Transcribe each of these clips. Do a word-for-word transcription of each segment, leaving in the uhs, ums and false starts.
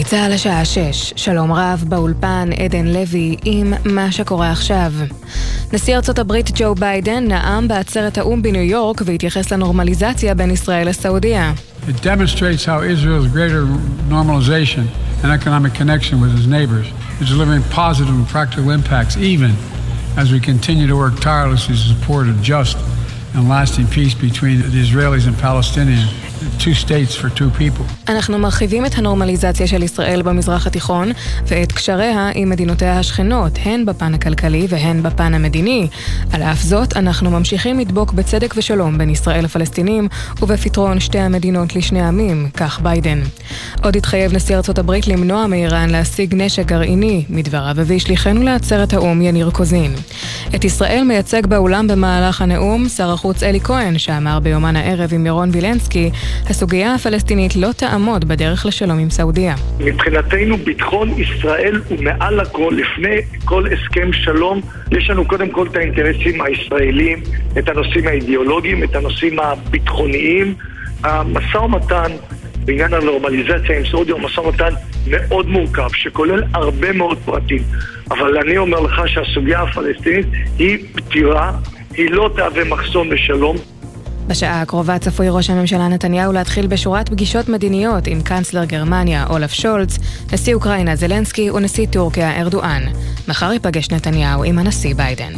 גלי צהל השעה שש, שלום רב באולפן עדן לוי עם מה שקורה עכשיו. נשיא ארצות הברית ג'ו ביידן נאם בעצרת האום בניו יורק והתייחס לנורמליזציה בין ישראל לסעודיה. It demonstrates how Israel's greater normalization and economic connection with its neighbors is delivering positive and practical impacts even as we continue to work tirelessly to support a just and lasting peace between the Israelis and Palestinians. Two states for two people. אנחנו מרחיבים את הנורמליזציה של ישראל במזרח התיכון ואת קשריה עם מדינותיה השכנות, הן בפן הכלכלי והן בפן המדיני. על אף זאת, אנחנו ממשיכים לדבוק בצדק ושלום בין ישראל לפלסטינים ובפתרון שתי המדינות לשני עמים, כך ביידן. עוד התחייב נשיא ארצות הברית למנוע מאיראן להשיג נשק גרעיני, מדבריו הביא שליחנו לעצרת האום יניר קוזין. את ישראל מייצג באולם במהלך הנאום שר החוץ אלי כהן, שאמר ביומן הערב עם ירון וילנסקי, הסוגיה הפלסטינית לא תעמוד בדרך לשלום עם סעודיה. מבחינתנו ביטחון ישראל הוא מעל הכל. לפני כל הסכם שלום יש לנו קודם כל את האינטרסים הישראלים, את הנושאים האידיאולוגיים, את הנושאים הביטחוניים. המשא ומתן בעניין הנורמליזציה עם סעודיה הוא משא ומתן מאוד מורכב שכולל הרבה מאוד פרטים, אבל אני אומר לך שהסוגיה הפלסטינית היא פתירה, היא לא תהווה מחסום לשלום. בשעה הקרובה צפוי ראש הממשלה נתניהו להתחיל בשורת פגישות מדיניות עם קנצלר גרמניה אולף שולץ, נשיא אוקראינה זלנסקי ונשיא טורקיה ארדואן. מחר ייפגש נתניהו עם הנשיא ביידן.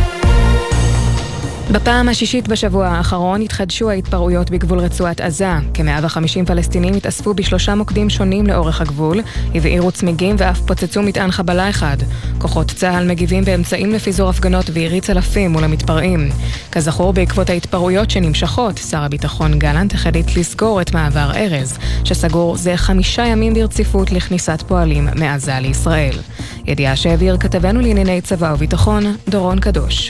בפעם השישית בשבוע האחרון התחדשו ההתפרעויות בגבול רצועת עזה. כ-מאה וחמישים פלסטינים התאספו בשלושה מוקדים שונים לאורך הגבול, הבעירו צמיגים ואף פוצצו מטען חבלה אחד. כוחות צה"ל מגיבים באמצעים לפיזור הפגנות ויריץ אלפים מול המתפרעים. כזכור, בעקבות ההתפרעויות שנמשכות, שר הביטחון גלנט החליט לסגור את מעבר ארז, שסגור זה חמישה ימים ברציפות לכניסת פועלים מעזה לישראל. ידיעה שהעביר כתבנו לענייני צבא וביטחון, דורון קדוש.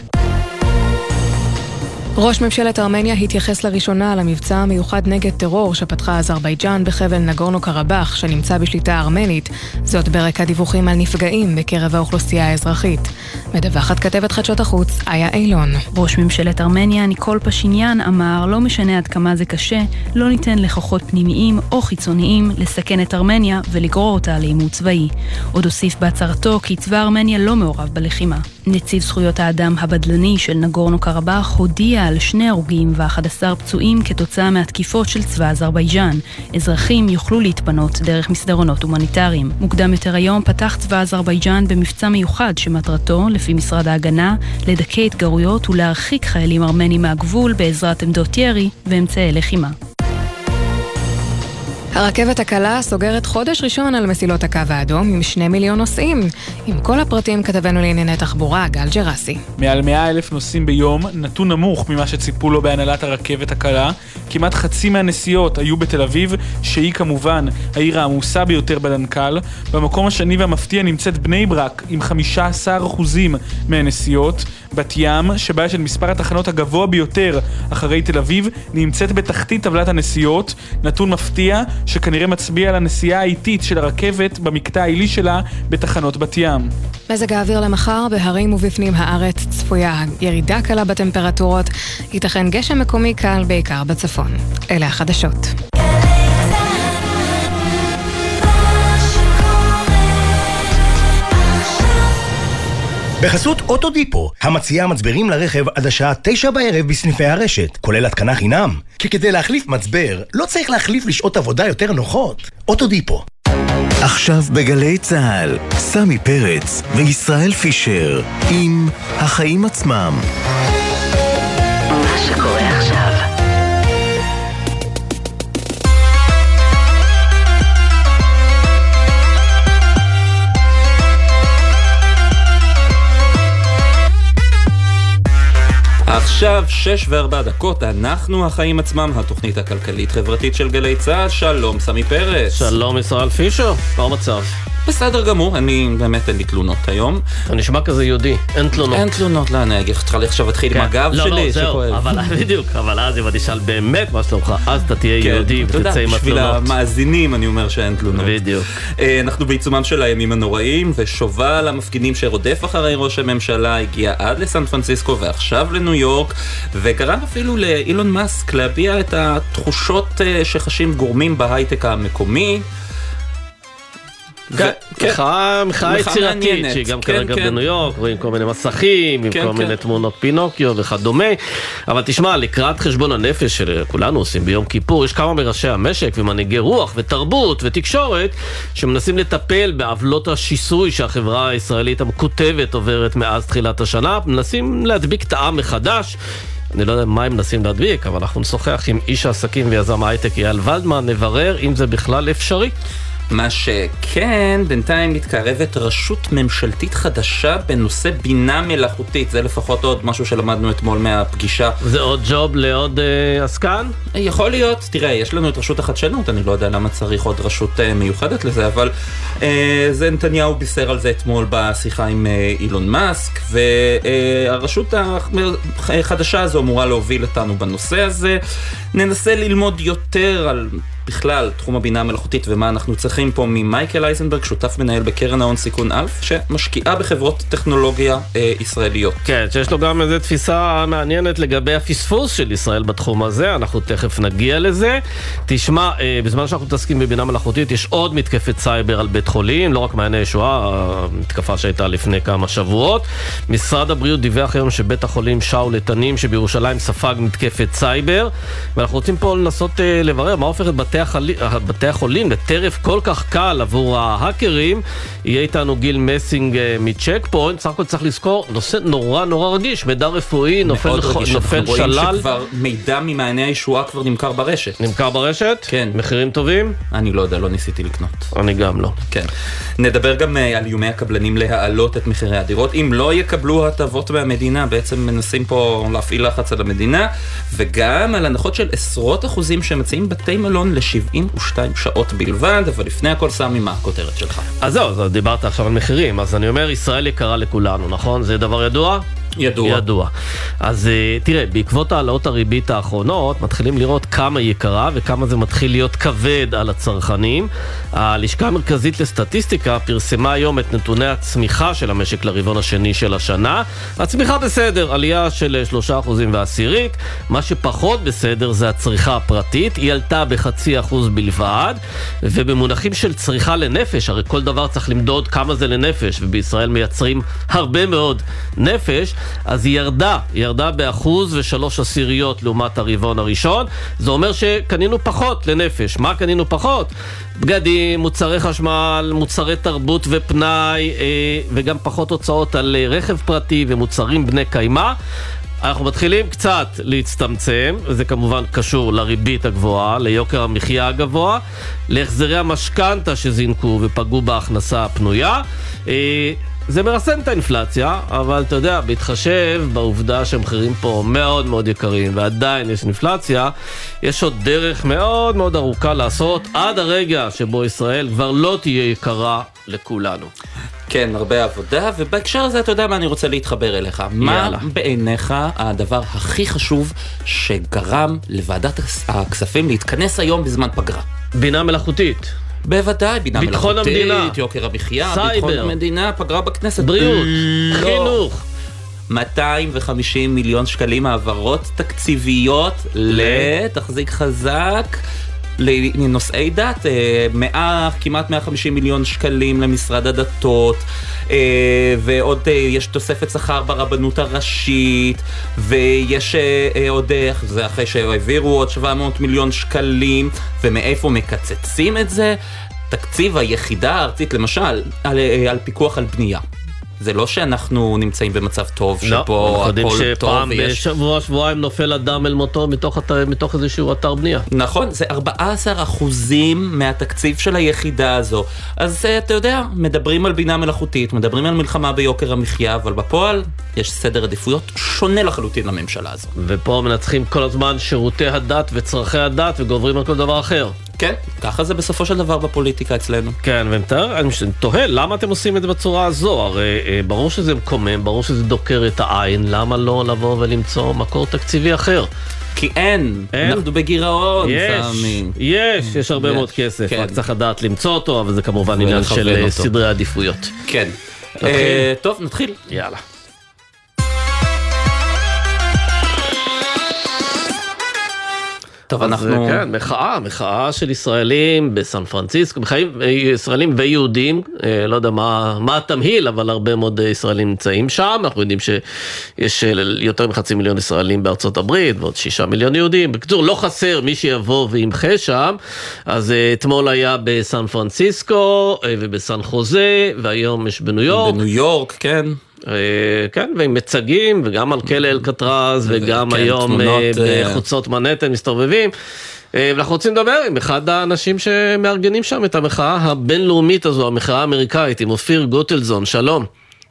ראש ממשלת ארמניה התייחס לראשונה למבצע המיוחד נגד טרור שפתחה אזרבייג'אן בחבל נגורנו קרבאח שנמצא בשליטה ארמנית, זאת ברקע דיווחים על נפגעים בקרב האוכלוסייה האזרחית. מדווחת כתבת חדשות החוץ, איה אילון. ראש ממשלת ארמניה ניקול פשיניאן אמר, לא משנה עד כמה זה קשה, לא ניתן לכוחות פנימיים או חיצוניים לסכן את ארמניה ולגרור אותה לעימות צבאי. עוד הוסיף בהצהרתו כי צבא ארמניה לא מעורב בלחימה. נציב זכויות האדם הבדלני של נגורנו קרבאח הודיע על שני הרוגים ו-אחד עשר פצועים כתוצאה מהתקיפות של צבא אזרבייג'אן. אזרחים יוכלו להתפנות דרך מסדרונות הומניטריים. מוקדם יותר היום פתח צבא אזרבייג'אן במבצע מיוחד שמטרתו, לפי משרד ההגנה, לדכא התגרויות ולהרחיק חיילים ארמנים מהגבול בעזרת עמדות ירי ואמצעי לחימה. הרכבת הקלה סוגרת חודש ראשון על מסילות הקו האדום עם שני מיליון נוסעים. עם כל הפרטים כתבנו לענייני תחבורה, גל ג'רסי. מעל מאה אלף נוסעים ביום, נתון נמוך ממה שציפו לו בהנהלת הרכבת הקלה. כמעט חצי מהנסיעות היו בתל אביב, שהיא כמובן העיר העמוסה ביותר בדנקל. במקום השני והמפתיע נמצאת בני ברק עם חמישה עשר אחוזים מהנסיעות. בת ים, שבה של מספר התחנות הגבוה ביותר אחרי תל אביב, נמצאת בתחתית טבלת הנסיעות. נתון מפתיע שכנראה מצביע על הנסיעה האיטית של הרכבת במקטע העילי שלה בתחנות בת ים. מזג האוויר למחר, בהרים ובפנים הארץ צפויה ירידה קלה בטמפרטורות, ייתכן גשם מקומי קל בעיקר בצפון. אלה החדשות. בחסות אוטודיפו, המציעה מצברים לרכב עד השעה תשע בערב בסניפי הרשת, כולל התקנה חינם. כי כדי להחליף מצבר, לא צריך להחליף לשעות עבודה יותר נוחות. אוטודיפו. עכשיו בגלי צהל, סמי פרץ וישראל פישר, עם החיים עצמם. מה שקורה עכשיו. עכשיו שש וארבע דקות, אנחנו החיים עצמם, התוכנית הכלכלית-חברתית של גלי צהל. שלום סמי פרץ. שלום ישראל פישר, מה המצב? בסדר גמור, אני באמת אין לי תלונות היום. אתה נשמע כזה יהודי, אין תלונות. אין תלונות, לא, אני אגיד, צריך עכשיו להתחיל עם הגב שלי. לא, לא, זהו, אבל בדיוק, אבל אז אם אני אשאל באמת מה שלומך, אז אתה תהיה יהודי ותצא עם התלונות. בשביל המאזינים אני אומר שאין תלונות. בדיוק. אנחנו בעיצומם של הימים הנוראים, ושובל המפגינים שרודף אחרי ראש הממשלה הגיע עד לסן פרנסיסקו ועכשיו לניו יורק, וגרם אפילו לאילון מאסק להביע את התחושות שחשים גורמים בהייטק המקומי. מחאה יצירתית, שהיא גם כרגע בניו יורק, רואים כל מיני מסכים, עם כל מיני תמונות פינוקיו וכדומה. אבל תשמע, לקראת חשבון הנפש שכולנו עושים ביום כיפור, יש כמה מראשי המשק ומנהיגי רוח ותרבות ותקשורת, שמנסים לטפל בעוולות השיסוי שהחברה הישראלית המכותבת עוברת מאז תחילת השנה, מנסים להדביק את העם מחדש. אני לא יודע מה הם מנסים להדביק, אבל אנחנו נשוחח עם איש העסקים ויזם ההייטק אייל ולדמן, נברר אם זה בכלל אפשרי. מה שכן, בינתיים מתקרבת רשות ממשלתית חדשה בנושא בינה מלאכותית. זה לפחות עוד משהו שלמדנו אתמול מהפגישה. זה עוד ג'וב לעוד אה, עסקן? יכול להיות. תראה, יש לנו את רשות החדשנות, אני לא יודע למה צריך עוד רשות אה, מיוחדת לזה, אבל אה, זה נתניהו בישר על זה אתמול בשיחה עם אה, אילון מאסק, והרשות החדשה הזו אמורה להוביל אותנו בנושא הזה. ננסה ללמוד יותר על בכלל תחום הבינה המלאכותית ומה אנחנו צריכים פה ממייקל אייזנברג, שותף מנהל בקרן ההון סיכון אלף, שמשקיעה בחברות טכנולוגיה אה, ישראליות. כן, שיש לו גם איזו תפיסה מעניינת לגבי הפספוס של ישראל בתחום הזה, אנחנו תכף נגיע לזה. תשמע, אה, בזמן שאנחנו מתעסקים בבינה מלאכותית, יש עוד מתקפת סייבר על בית חולים, לא רק מעייני ישועה, המתקפה שהייתה לפני כמה שבועות. משרד הבריאות דיווח היום שבית החולים שאול לתנים שבירושלים ספג מתקפת סייבר, ואנחנו רוצים פה לנסות אה, לברר מה הופך את בתי בתי החולים לטרף כל כך קל עבור ההאקרים. יהיה איתנו גיל מסינג מצ'ק פוינט. סך הכל צריך לזכור, נושא נורא נורא רגיש, מידע רפואי, נופל, נופל שלל. רואים שכבר מידע ממעייני הישועה כבר נמכר ברשת. נמכר ברשת? כן. מחירים טובים? אני לא יודע, לא ניסיתי לקנות. אני גם לא. כן. נדבר גם על איומי הקבלנים להעלות את מחירי הדירות. אם לא יקבלו הטבות מהמדינה, בעצם מנסים פה להפעיל לחץ על המדינה, וגם על הנחות של עשרות אחוזים שמציעים בתי מלון שבעים ושתיים שעות בלבד, אבל לפני הכל סמי, מה הכותרת שלך? אז זהו, אז דיברת עכשיו על מחירים, אז אני אומר, ישראל יקרה לכולנו, נכון? זה דבר ידוע? ידוע. ידוע. אז תראה, בעקבות העלאות הריבית האחרונות, מתחילים לראות כמה יקרה וכמה זה מתחיל להיות כבד על הצרכנים. הלשכה המרכזית לסטטיסטיקה פרסמה היום את נתוני הצמיחה של המשק לרבעון השני של השנה. הצמיחה בסדר, עלייה של שלושה אחוזים ועשירית. מה שפחות בסדר זה הצריכה הפרטית, היא עלתה בחצי אחוז בלבד, ובמונחים של צריכה לנפש, הרי כל דבר צריך למדוד כמה זה לנפש, ובישראל מייצרים הרבה מאוד נפש, אז היא ירדה, היא ירדה באחוז ושלוש עשיריות לעומת הרבעון הראשון. זה אומר שקנינו פחות לנפש. מה קנינו פחות? בגדים, מוצרי חשמל, מוצרי תרבות ופנאי, וגם פחות הוצאות על רכב פרטי ומוצרים בני קיימה. אנחנו מתחילים קצת להצטמצם, וזה כמובן קשור לריבית הגבוהה, ליוקר המחיה הגבוה, להחזרי המשכנתה שזינקו ופגעו בהכנסה הפנויה. זה מרסן את האינפלציה, אבל אתה יודע, בהתחשב בעובדה שהמחירים פה מאוד מאוד יקרים, ועדיין יש אינפלציה, יש עוד דרך מאוד מאוד ארוכה לעשות, עד הרגע שבו ישראל כבר לא תהיה יקרה לכולנו. כן, הרבה עבודה, ובהקשר הזה אתה יודע מה אני רוצה להתחבר אליך. מה בעיניך הדבר הכי חשוב שגרם לוועדת הכספים להתכנס היום בזמן פגרה? בינה מלאכותית. בוודאי, בינה ביטחון מלאכותית, המדינה, יוקר המחיה, סייבר, ביטחון המדינה, פגרה בכנסת, בריאות, לא. חינוך. מאתיים וחמישים מיליון שקלים העברות תקציביות לתחזיק חזק לנושאי דת, מאה, כמעט מאה וחמישים מיליון שקלים למשרד הדתות, ועוד יש תוספת שכר ברבנות הראשית, ויש עוד, זה אחרי שהעבירו עוד שבע מאות מיליון שקלים, ומאיפה מקצצים את זה? תקציב היחידה הארצית, למשל, על, על פיקוח על בנייה. זה לא שאנחנו נמצאים במצב טוב, לא, שבו הכל טוב. אנחנו יודעים שפעם בשבוע, שבועיים נופל אדם אל מותו מתוך, מתוך איזשהו אתר בנייה. נכון, זה ארבעה עשר אחוזים מהתקציב של היחידה הזו. אז אתה יודע, מדברים על בינה מלאכותית, מדברים על מלחמה ביוקר המחיה, אבל בפועל יש סדר עדיפויות שונה לחלוטין לממשלה הזו. ופה מנצחים כל הזמן שירותי הדת וצרכי הדת וגוברים על כל דבר אחר. כן, ככה זה בסופו של דבר בפוליטיקה אצלנו. כן, ומתאר, אני תוהה, למה אתם עושים את זה בצורה הזו? הרי אה, ברור שזה מקומם, ברור שזה דוקר את העין, למה לא לבוא ולמצוא מקור תקציבי אחר? כי אין, אין? אנחנו בגירעון, יש, סמי. יש, יש הרבה יש, מאוד כסף, כן. רק צריך לדעת למצוא אותו, אבל זה כמובן עניין של אותו. סדרי עדיפויות. כן. אה, טוב, נתחיל. יאללה. טוב, אז אנחנו... כן, מחאה, מחאה של ישראלים בסן פרנסיסקו, ישראלים ויהודים, לא יודע מה, מה התמהיל, אבל הרבה מאוד ישראלים נמצאים שם, אנחנו יודעים שיש יותר מחצי מיליון ישראלים בארצות הברית, ועוד שישה מיליון יהודים, בקיצור, לא חסר מי שיבוא וימחה שם, אז אתמול היה בסן פרנסיסקו, ובסן חוזה, והיום יש בניו יורק. בניו יורק, כן. כן, והם מצגים, וגם על כלא אלקטרז, וגם היום בחוצות מנהטן מסתובבים. ואנחנו רוצים לדבר עם אחד האנשים שמארגנים שם את המחאה הבינלאומית הזו, המחאה האמריקאית, עם אופיר גוטלזון. שלום.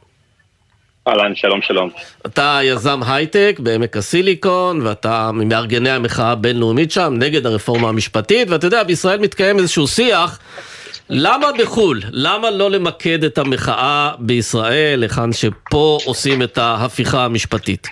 אהלן, שלום, שלום. אתה יזם הייטק בעמק הסיליקון, ואתה ממארגני המחאה הבינלאומית שם, נגד הרפורמה המשפטית, ואתה יודע, בישראל מתקיים איזשהו שיח, למה בחול? למה לא למקד את המחאה בישראל, לכאן שפה עושים את ההפיכה המשפטית?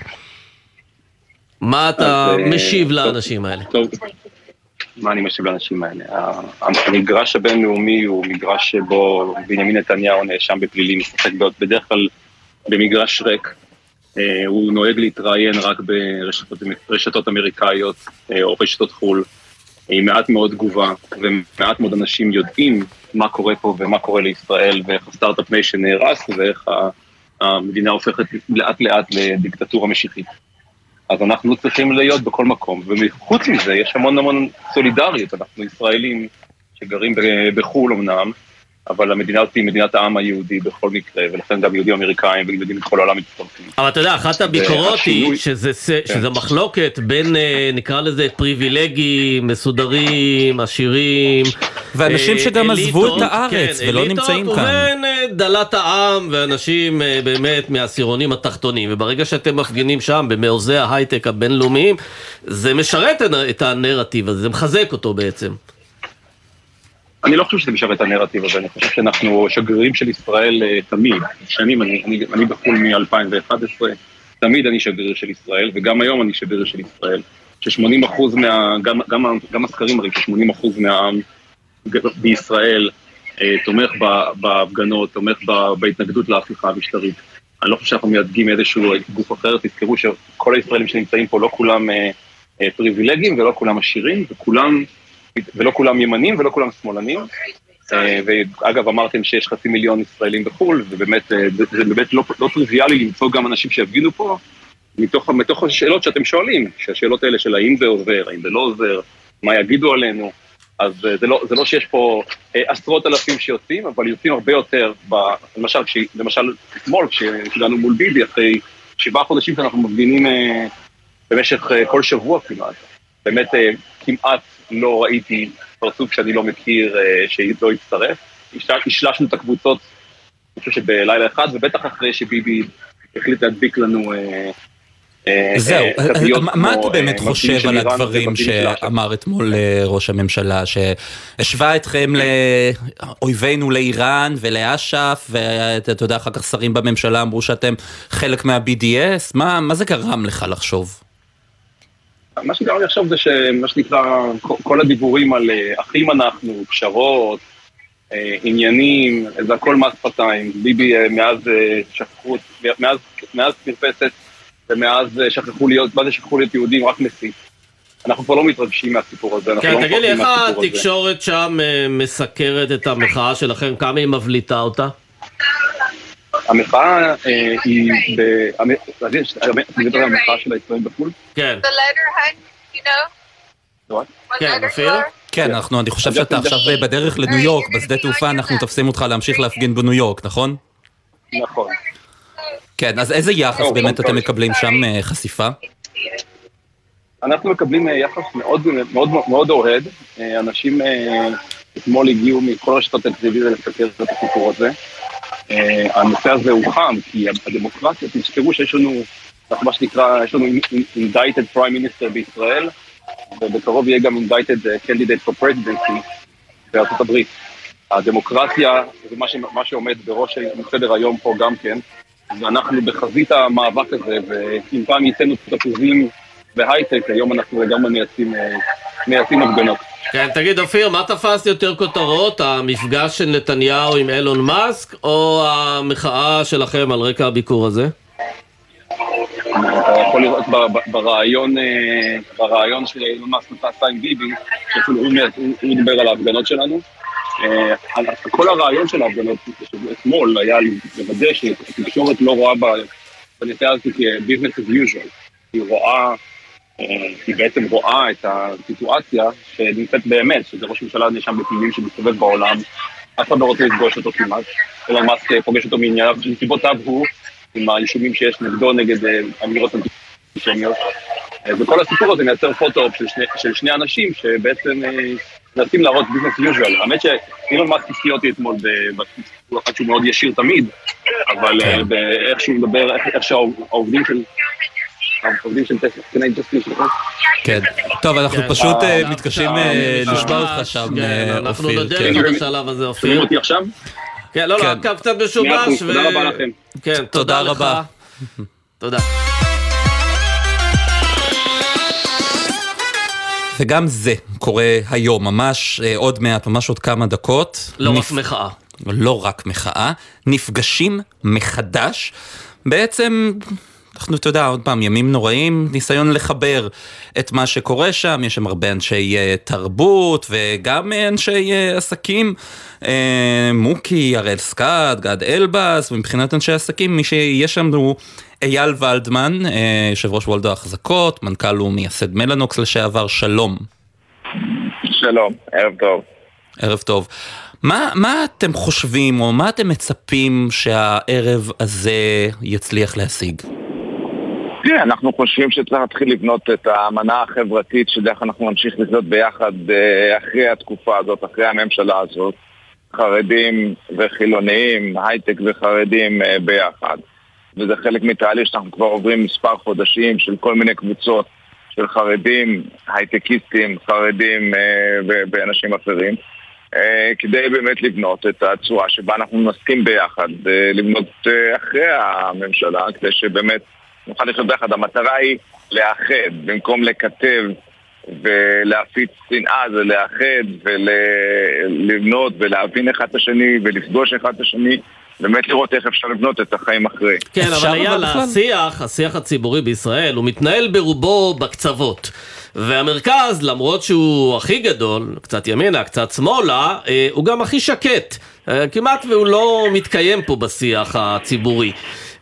מה אתה משיב לאנשים האלה? טוב, מה אני משיב לאנשים האלה? המגרש הבינלאומי הוא מגרש שבו בנימין נתניהו נאשם בפלילים, משחק בדרך כלל במגרש ריק. הוא נוהג להתראיין רק ברשתות אמריקאיות או רשתות חול. עם מעט מאוד תגובה, ומעט מאוד אנשים יודעים מה קורה פה ומה קורה לישראל, ואיך הסטארט-אפ ניישן נהרס, ואיך המדינה הופכת לאט לאט לדיקטטורה משיחית. אז אנחנו צריכים להיות בכל מקום, ומחוץ מזה יש המון המון סולידריות, אנחנו ישראלים שגרים בחול אמנם, אבל המדינה היא מדינת העם היהודי בכל מקרה, ולכן גם יהודים אמריקאים ויהודים מכל העולם מצטרפים. אבל אתה יודע, אחת הביקורות היא שזה מחלוקת בין, נקרא לזה, פריבילגים, מסודרים, עשירים, ואנשים שגם עזבו את הארץ ולא נמצאים כאן. ובין דלת העם ואנשים באמת מהעשירונים התחתונים, וברגע שאתם מפגינים שם במעוזי ההייטק הבינלאומיים, זה משרת את הנרטיב הזה, זה מחזק אותו בעצם. אני לא חושב שזה משרת את הנרטיב הזה, אני חושב שאנחנו שגרירים של ישראל תמיד, שנים, אני, אני, אני בחול מ-אלפיים ואחת עשרה, תמיד אני שגריר של ישראל, וגם היום אני שגריר של ישראל, ש-שמונים אחוז מה, גם, גם, גם הסקרים הרי, ש-שמונים אחוז מהעם בישראל אה, תומך בהפגנות, תומך בהתנגדות להפיכה המשטרית. אני לא חושב שאנחנו מייצגים איזשהו גוף אחר, תזכרו שכל הישראלים שנמצאים פה לא כולם אה, אה, פריבילגים ולא כולם עשירים, וכולם... ולא כולם ימנים ולא כולם שמאלנים, ואגב אמרתם שיש חצי מיליון ישראלים בחול, ובאמת זה באמת לא, לא טריוויאלי למצוא גם אנשים שיפגינו פה, מתוך, מתוך השאלות שאתם שואלים, שהשאלות האלה של האם זה עוזר, האם זה לא עוזר, מה יגידו עלינו, אז זה לא, זה לא שיש פה עשרות אלפים שיוצאים, אבל יוצאים הרבה יותר, ב, למשל, למשל אתמול, כשהגענו מול ביבי, אחרי שבעה חודשים שאנחנו מפגינים במשך כל שבוע כמעט, באמת כמעט לא ראיתי פרצוף שאני לא מכיר שלא יצטרף. השלשנו את הקבוצות, אני חושב שבלילה אחד, ובטח אחרי שביבי החליט להדביק לנו... זהו, מה אתה באמת חושב על הדברים שאמר אתמול ראש הממשלה, שהשווה אתכם לאויבינו לאיראן ולאש"ף, ואתה יודע, אחר כך שרים בממשלה אמרו שאתם חלק מה-בי די אס, מה זה גרם לך לחשוב? מה שגרם לי עכשיו זה שמה שנקרא, כל הדיבורים על אחים אנחנו, פשרות, עניינים, זה הכל מס שפתיים. ביבי מאז שכחו, מאז, מאז פרפסת, ומאז שכחו להיות, מה זה שכחו להיות יהודים, רק מסית. אנחנו כבר לא מתרגשים מהסיפור הזה. כן, תגיד לי, איך התקשורת שם מסקרת את המחאה שלכם? כמה היא מבליטה אותה? המחאה היא, אני מדבר על המחאה של הישראלים בחו"ל? כן. כן, אופיר? כן, אנחנו, אני חושב שאתה עכשיו בדרך לניו יורק, בשדה תעופה אנחנו תופסים אותך להמשיך להפגין בניו יורק, נכון? נכון. כן, אז איזה יחס באמת אתם מקבלים שם חשיפה? אנחנו מקבלים יחס מאוד מאוד אוהד, אנשים אתמול הגיעו מכל רשתות הטלוויזיה לסקר את הסיפור הזה. הנושא הזה הוא חם, כי הדמוקרטיה, תזכרו שיש לנו, מה שנקרא, יש לנו indicted prime minister בישראל, ובקרוב יהיה גם indicted candidate for presidency בארצות הברית. הדמוקרטיה זה מה, ש, מה שעומד בראש סדר היום פה גם כן, ואנחנו בחזית המאבק הזה, ואם פעם ייתנו תפוזים בהייטק, היום אנחנו גם מייצאים, מייצאים הפגנות. כן, תגיד אופיר, מה תפס יותר כותרות? המפגש של נתניהו עם אילון מאסק, או המחאה שלכם על רקע הביקור הזה? יכול לראות ברעיון, ברעיון שאילון מאסק עשה עם ביבי, שאפילו הוא דיבר על ההפגנות שלנו. כל הרעיון של ההפגנות אתמול היה לוודא שהתקשורת לא רואה בנושא הזה כ-business as usual. היא רואה, היא בעצם רואה את הסיטואציה שנמצאת באמת, שזה ראש ממשלה נשם בפלילים שמסתובב בעולם, אף אחד לא רוצה לפגוש אותו כמעט, אילון מאסק פוגש אותו מענייניו, שנסיבותיו הוא, עם האישומים שיש נגדו, נגד אמירות אנטישמיות. וכל הסיפור הזה מייצר פוטו-אופ של, של שני אנשים שבעצם מנסים להראות ביזנס יוז'ואל. האמת שאילון מאסק הפתיע אותי אתמול בסיפור אחד שהוא מאוד ישיר תמיד, אבל באיך שהוא מדבר, איך שהעובדים של... העובדים של טסלה, כן, אני just finish, כן, טוב, אנחנו פשוט מתקשים לשמוע אותך שם, אופיר. אנחנו נודה לך בשלב הזה, אופיר. שומעים אותי עכשיו? כן, לא, לא, הקו קצת משובש. תודה רבה לכם. כן, תודה רבה. תודה. וגם זה קורה היום, ממש עוד מעט, ממש עוד כמה דקות. לא רק מחאה. לא רק מחאה, נפגשים מחדש. בעצם, אנחנו, אתה יודע, עוד פעם, ימים נוראים, ניסיון לחבר את מה שקורה שם, יש שם הרבה אנשי תרבות וגם אנשי עסקים, מוקי, הראל סקאט, גד אלבאס, ומבחינת אנשי עסקים, מי שיש שם הוא אייל ולדמן, יושב ראש וולדו החזקות, מנכ"ל ומייסד מלנוקס לשעבר, שלום. שלום, ערב טוב. ערב טוב. מה, מה אתם חושבים, או מה אתם מצפים שהערב הזה יצליח להשיג? כן, אנחנו חושבים שצריך להתחיל לבנות את האמנה החברתית שדרך אנחנו נמשיך לחיות ביחד אחרי התקופה הזאת, אחרי הממשלה הזאת, חרדים וחילוניים, הייטק וחרדים ביחד. וזה חלק מתהליך שאנחנו כבר עוברים מספר חודשים של כל מיני קבוצות של חרדים, הייטקיסטים, חרדים ואנשים אחרים, כדי באמת לבנות את הצורה שבה אנחנו נסכים ביחד, לבנות אחרי הממשלה, כדי שבאמת נוכל לחיות ביחד. המטרה היא לאחד, במקום לקטב ולהפיץ שנאה, זה לאחד ולבנות ולהבין אחד את השני ולפגוש אחד את השני, באמת לראות איך אפשר לבנות את החיים אחרי. כן, אבל היה השיח, השיח הציבורי בישראל, הוא מתנהל ברובו בקצוות. והמרכז, למרות שהוא הכי גדול, קצת ימינה, קצת שמאלה, הוא גם הכי שקט. כמעט והוא לא מתקיים פה בשיח הציבורי.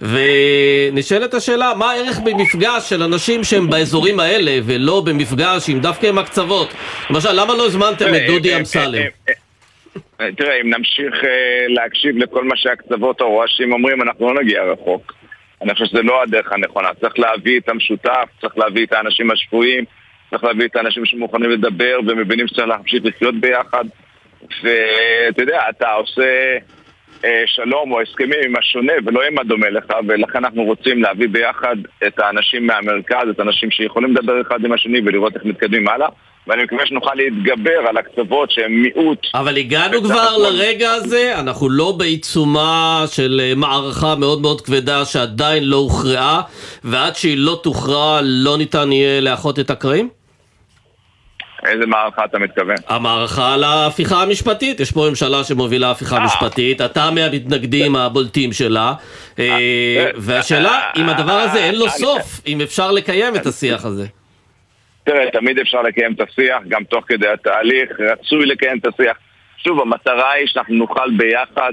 ונשאלת השאלה, מה הערך במפגש של אנשים שהם באזורים האלה, ולא במפגש עם דווקא עם הקצוות? למשל, למה לא הזמנתם את דודי אמסלם? תראה, אם נמשיך להקשיב לכל מה שהקצוות הרועשים אומרים, אנחנו לא נגיע רחוק. אני חושב שזה לא הדרך הנכונה. צריך להביא את המשותף, צריך להביא את האנשים השפויים, צריך להביא את האנשים שמוכנים לדבר ומבינים שצריך להמשיך לחיות ביחד. ואתה יודע, אתה עושה שלום או הסכמים עם השונה ולא עם הדומה לך, ולכן אנחנו רוצים להביא ביחד את האנשים מהמרכז, את האנשים שיכולים לדבר אחד עם השני ולראות איך מתקדמים הלאה, ואני מקווה שנוכל להתגבר על הקצוות שהם מיעוט. אבל הגענו כבר לרגע הזה, אנחנו לא בעיצומה של מערכה מאוד מאוד כבדה שעדיין לא הוכרעה, ועד שהיא לא תוכרע לא ניתן יהיה לאחות את הקרעים? איזה מערכה אתה מתכוון? המערכה על ההפיכה המשפטית. יש פה ממשלה שמובילה הפיכה משפטית, אתה מהמתנגדים הבולטים שלה, והשאלה אם הדבר הזה אין לו סוף, אם אפשר לקיים את השיח הזה. תראה, תמיד אפשר לקיים את השיח, גם תוך כדי התהליך, רצוי לקיים את השיח. שוב, המטרה היא שאנחנו נוכל ביחד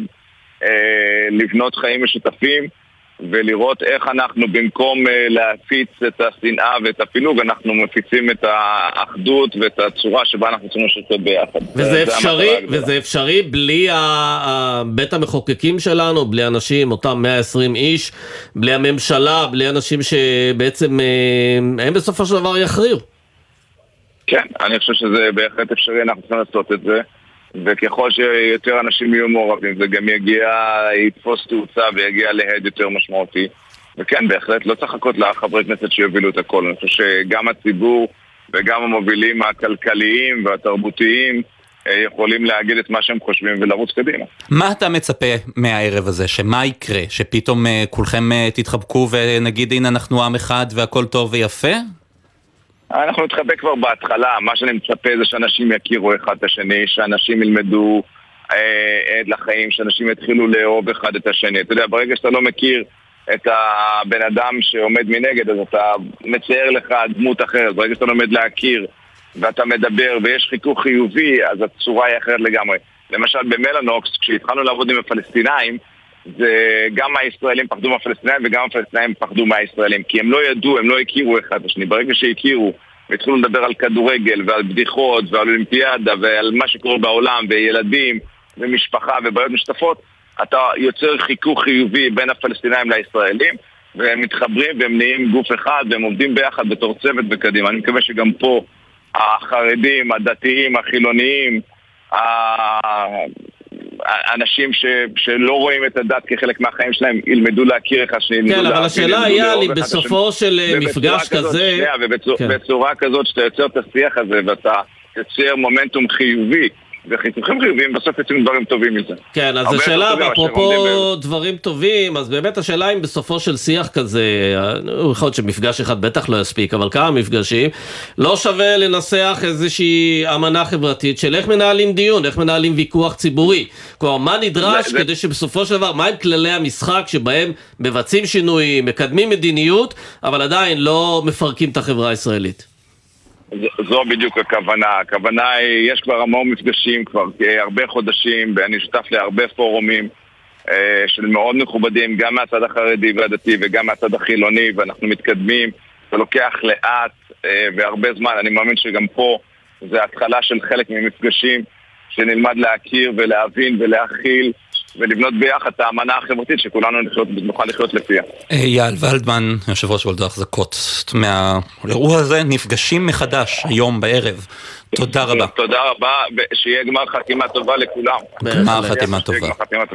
לבנות חיים משותפים, ולראות איך אנחנו במקום להפיץ את השנאה ואת הפילוג, אנחנו מפיצים את האחדות ואת הצורה שבה אנחנו צריכים לשתות ביחד. וזה אפשרי, וזה אפשרי בלי בית המחוקקים שלנו, בלי אנשים, אותם מאה ועשרים איש, בלי הממשלה, בלי אנשים שבעצם הם בסופו של דבר יכריעו. כן, אני חושב שזה בהחלט אפשרי, אנחנו צריכים לעשות את זה. וככל שיותר אנשים יהיו מעורבים, זה גם יגיע, יתפוס תאוצה ויגיע להד יותר משמעותי. וכן, בהחלט לא צריך לחכות לחברי כנסת שיובילו את הכל. אני חושב שגם הציבור וגם המובילים הכלכליים והתרבותיים יכולים להגיד את מה שהם חושבים ולרוץ קדימה. מה אתה מצפה מהערב הזה? שמה יקרה? שפתאום כולכם תתחבקו ונגיד הנה אנחנו עם אחד והכל טוב ויפה? אנחנו נתחבק כבר בהתחלה, מה שאני מצפה זה שאנשים יכירו אחד את השני, שאנשים ילמדו עד לחיים, שאנשים יתחילו לאהוב אחד את השני. אתה יודע, ברגע שאתה לא מכיר את הבן אדם שעומד מנגד, אז אתה מצייר לך דמות אחרת. ברגע שאתה לומד להכיר ואתה מדבר ויש חיכוך חיובי, אז הצורה היא אחרת לגמרי. למשל במלנוקס, כשהתחלנו לעבוד עם הפלסטינאים, זה גם הישראלים פחדו מהפלסטינאים וגם הפלסטינאים פחדו מהישראלים, כי הם לא ידעו, הם לא הכירו אחד השני. ברגע שהכירו והתחילו לדבר על כדורגל ועל בדיחות ועל אולימפיאדה ועל מה שקורה בעולם וילדים ומשפחה ובעיות משתפות, אתה יוצר חיכוך חיובי בין הפלסטינאים לישראלים, והם מתחברים והם נהיים גוף אחד והם עובדים ביחד בתור צוות וקדימה. אני מקווה שגם פה החרדים, הדתיים, החילוניים, האנשים ש, שלא רואים את הדת כחלק מהחיים שלהם ילמדו להכיר אחד שני. כן, אבל השאלה היה לי בסופו של מפגש כזה, ובצורה כזאת שאתה יוצר את השיח הזה ואתה יוצר מומנטום חיובי וחיתוכים חיוביים, בסוף יוצאים דברים טובים מזה. כן, אז השאלה, אפרופו דברים טובים, אז באמת השאלה אם בסופו של שיח כזה, יכול להיות שמפגש אחד בטח לא יספיק, אבל כמה מפגשים, לא שווה לנסח איזושהי אמנה חברתית של איך מנהלים דיון, איך מנהלים ויכוח ציבורי. כלומר, מה נדרש כדי שבסופו של דבר, מהם כללי המשחק שבהם מבצעים שינויים, מקדמים מדיניות, אבל עדיין לא מפרקים את החברה הישראלית. זו בדיוק הכוונה. הכוונה היא, יש כבר המון מפגשים כבר הרבה חודשים, ואני שותף להרבה פורומים אה, של מאוד מכובדים, גם מהצד החרדי והדתי וגם מהצד החילוני, ואנחנו מתקדמים, זה לוקח לאט אה, והרבה זמן. אני מאמין שגם פה זה התחלה של חלק ממפגשים שנלמד להכיר ולהבין ולהכיל ולבנות ביחד את האמנה החברתית שכולנו נוכל לחיות לפיה. אייל ולדמן, יושב ראש וולדו החזקות, מהאירוע הזה נפגשים מחדש היום בערב. תודה רבה. תודה רבה, שיהיה גמר חתימה טובה לכולם. גמר חתימה טובה.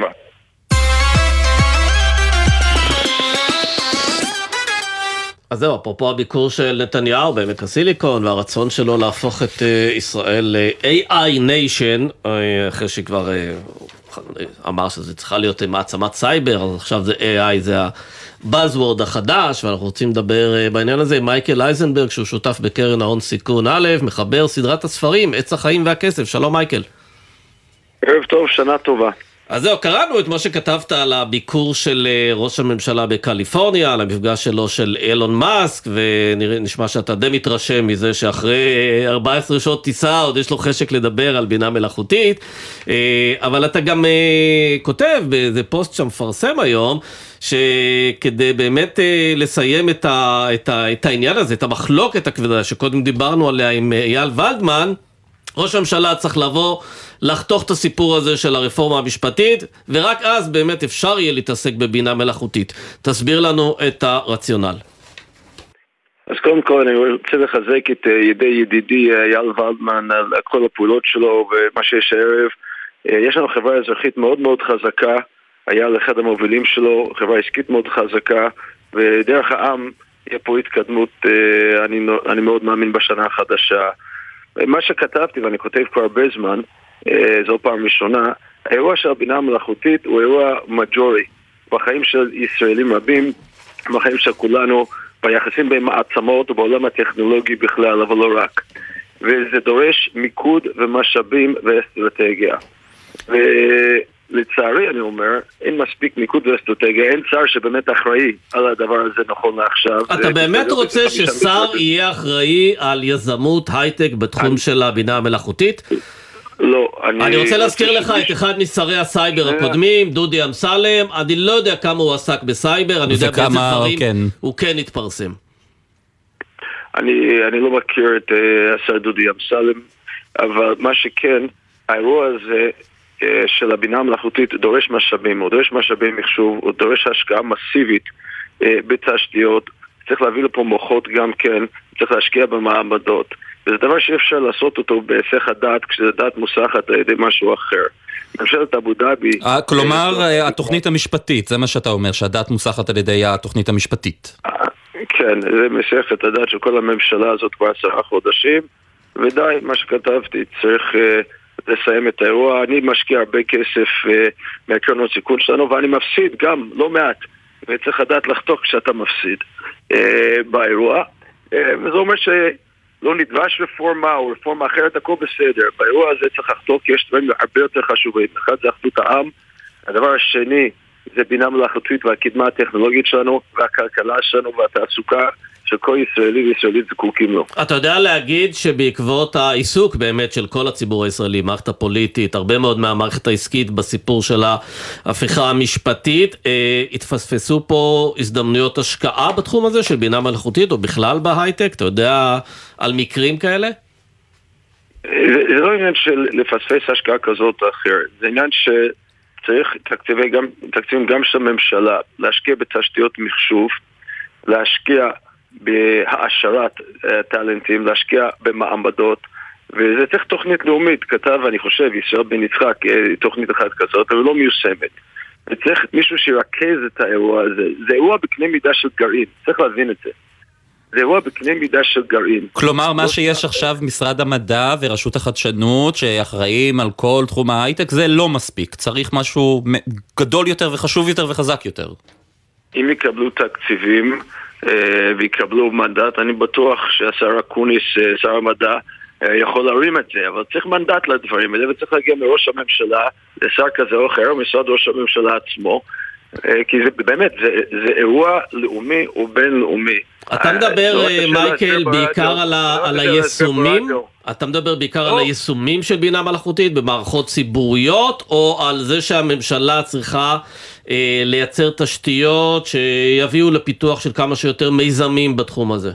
אז זהו, אפרופו הביקור של נתניהו בעמק הסיליקון והרצון שלו להפוך את ישראל ל-איי איי Nation, אחרי שכבר אמר שזה צריכה להיות מעצמת סייבר, אז עכשיו זה איי איי, זה הבאזוורד החדש, ואנחנו רוצים לדבר בעניין הזה עם מייקל אייזנברג, שהוא שותף בקרן ההון סיכון א', מחבר סדרת הספרים, עץ החיים והכסף. שלום מייקל. ערב טוב, שנה טובה. אז זהו, קראנו את מה שכתבת על הביקור של ראש הממשלה בקליפורניה, על המפגש שלו של אילון מאסק, ונשמע שאתה די מתרשם מזה שאחרי ארבע עשרה שעות טיסה עוד יש לו חשק לדבר על בינה מלאכותית, אבל אתה גם כותב באיזה פוסט שמפרסם היום, שכדי באמת לסיים את, ה, את, ה, את העניין הזה, את המחלוקת הכבדה שקודם דיברנו עליה עם אייל ולדמן, ראש הממשלה צריך לבוא לחתוך את הסיפור הזה של הרפורמה המשפטית, ורק אז באמת אפשר יהיה להתעסק בבינה מלאכותית. תסביר לנו את הרציונל. אז קודם כל אני רוצה לחזק את ידי ידידי אייל ולדמן על כל הפעולות שלו ומה שיש הערב. יש לנו חברה אזרחית מאוד מאוד חזקה, היה לאחד המובילים שלו, חברה עסקית מאוד חזקה, ודרך העם יהיה פה התקדמות, אני, אני מאוד מאמין בשנה החדשה. מה שכתבתי, ואני כותב כבר הרבה זמן, זו פעם ראשונה, האירוע של הבינה המלאכותית הוא אירוע מג'ורי, בחיים של ישראלים רבים, בחיים של כולנו, ביחסים בין מעצמות ובעולם הטכנולוגי בכלל, אבל לא רק. וזה דורש מיקוד ומשאבים ואסטרטגיה. ולצערי אני אומר, אין מספיק מיקוד ואסטרטגיה, אין שר שבאמת אחראי על הדבר הזה נכון לעכשיו. אתה באמת רוצה ששר יהיה אחראי על יזמות הייטק בתחום של הבינה המלאכותית? לא, אני... אני רוצה להזכיר לך את אחד משרי הסייבר הקודמים, דודי אמסלם. אני לא יודע כמה הוא עסק בסייבר, אני יודע באיזה דברים הוא כן התפרסם. אני, אני לא מכיר את השר דודי אמסלם, אבל מה שכן, האירוע הזה של הבינה המלאכותית דורש משאבים, הוא דורש משאבים מחשוב, הוא דורש השקעה מסיבית בתשתיות, צריך להביא לפה מוחות גם כן, צריך להשקיע במעמדות. וזה דבר שאפשר לעשות אותו בהיסח הדעת, כשזה דעת מוסחת על ידי משהו אחר. ממשלת אבו דאבי... כלומר, התוכנית המשפטית, זה מה שאתה אומר, שהדעת מוסחת על ידי התוכנית המשפטית. כן, זה מסך את הדעת של כל הממשלה הזאת כבר עשרה חודשים, ודי, מה שכתבתי, צריך לסיים את האירוע. אני משקיע הרבה כסף מהקרנות סיכון שלנו, ואני מפסיד גם, לא מעט, וצריך לדעת לחתוך כשאתה מפסיד באירוע. וזה אומר ש... לא נדרש רפורמה או רפורמה אחרת, הכל בסדר. באירוע הזה צריך לחתוך, כי יש דברים הרבה יותר חשובים. אחד זה אחדות העם, הדבר השני זה בינה מלאכותית והקדמה הטכנולוגית שלנו והכלכלה שלנו והתעסוקה שכל ישראלי וישראלית זקוקים לו. אתה יודע להגיד שבעקבות העיסוק באמת של כל הציבור הישראלי, מערכת הפוליטית, הרבה מאוד מהמערכת העסקית בסיפור של ההפיכה המשפטית, אה, התפספסו פה הזדמנויות השקעה בתחום הזה של בינה מלאכותית או בכלל בהייטק? אתה יודע על מקרים כאלה? זה, זה לא עניין של לפספס השקעה כזאת או אחרת, זה עניין שצריך תקציבי גם, תקציבים גם של הממשלה, להשקיע בתשתיות מחשוב, להשקיע בהעשרת טלנטים, להשקיע במעמדות, וזה צריך תוכנית לאומית. כתב, אני חושב, ישראל בן יצחק, תוכנית אחת כזאת, אבל לא מיושמת. וצריך מישהו שירכז את האירוע הזה. זה אירוע בקנה מידה של גרעין, צריך להבין את זה. זה אירוע בקנה מידה של גרעין. כלומר, מה שיש עכשיו משרד המדע ורשות החדשנות שאחראים על כל תחום ההייטק, זה לא מספיק. צריך משהו גדול יותר וחשוב יותר וחזק יותר. אם יקבלו תקציבים ויקבלו מנדט, אני בטוח שהשר אקוניס, שר המדע, יכול להרים את זה, אבל צריך מנדט לדברים האלה, וצריך להגיע מראש הממשלה, לשר כזה או אחר, משרד ראש הממשלה עצמו, כי זה באמת, זה, זה אירוע לאומי ובינלאומי. אתה מדבר, מייקל, בעיקר על, ה, על היישומים? אתה מדבר בעיקר על היישומים של בינה מלאכותית במערכות ציבוריות, או על זה שהממשלה צריכה אה, לייצר תשתיות שיביאו לפיתוח של כמה שיותר מיזמים בתחום הזה?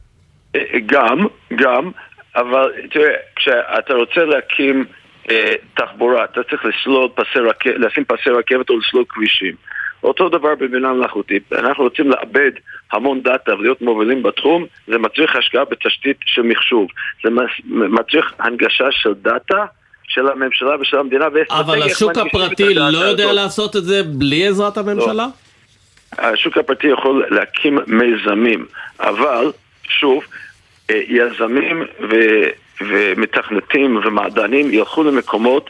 גם, גם, אבל תראה, כשאתה רוצה להקים אה, תחבורה, אתה צריך לסלול פסי רכבת, לשים פסי רכבת או לסלול כבישים. אותו דבר בבינה מלאכותית. אנחנו רוצים לאבד המון דאטה ולהיות מובילים בתחום, זה מצריך השקעה בתשתית של מחשוב. זה מצריך הנגשה של דאטה של הממשלה ושל המדינה. אבל השוק הפרטי לא יודע לעשות את זה בלי עזרת הממשלה? השוק הפרטי יכול להקים מיזמים, אבל שוב, יזמים ומתכנתים ומעדנים ילכו למקומות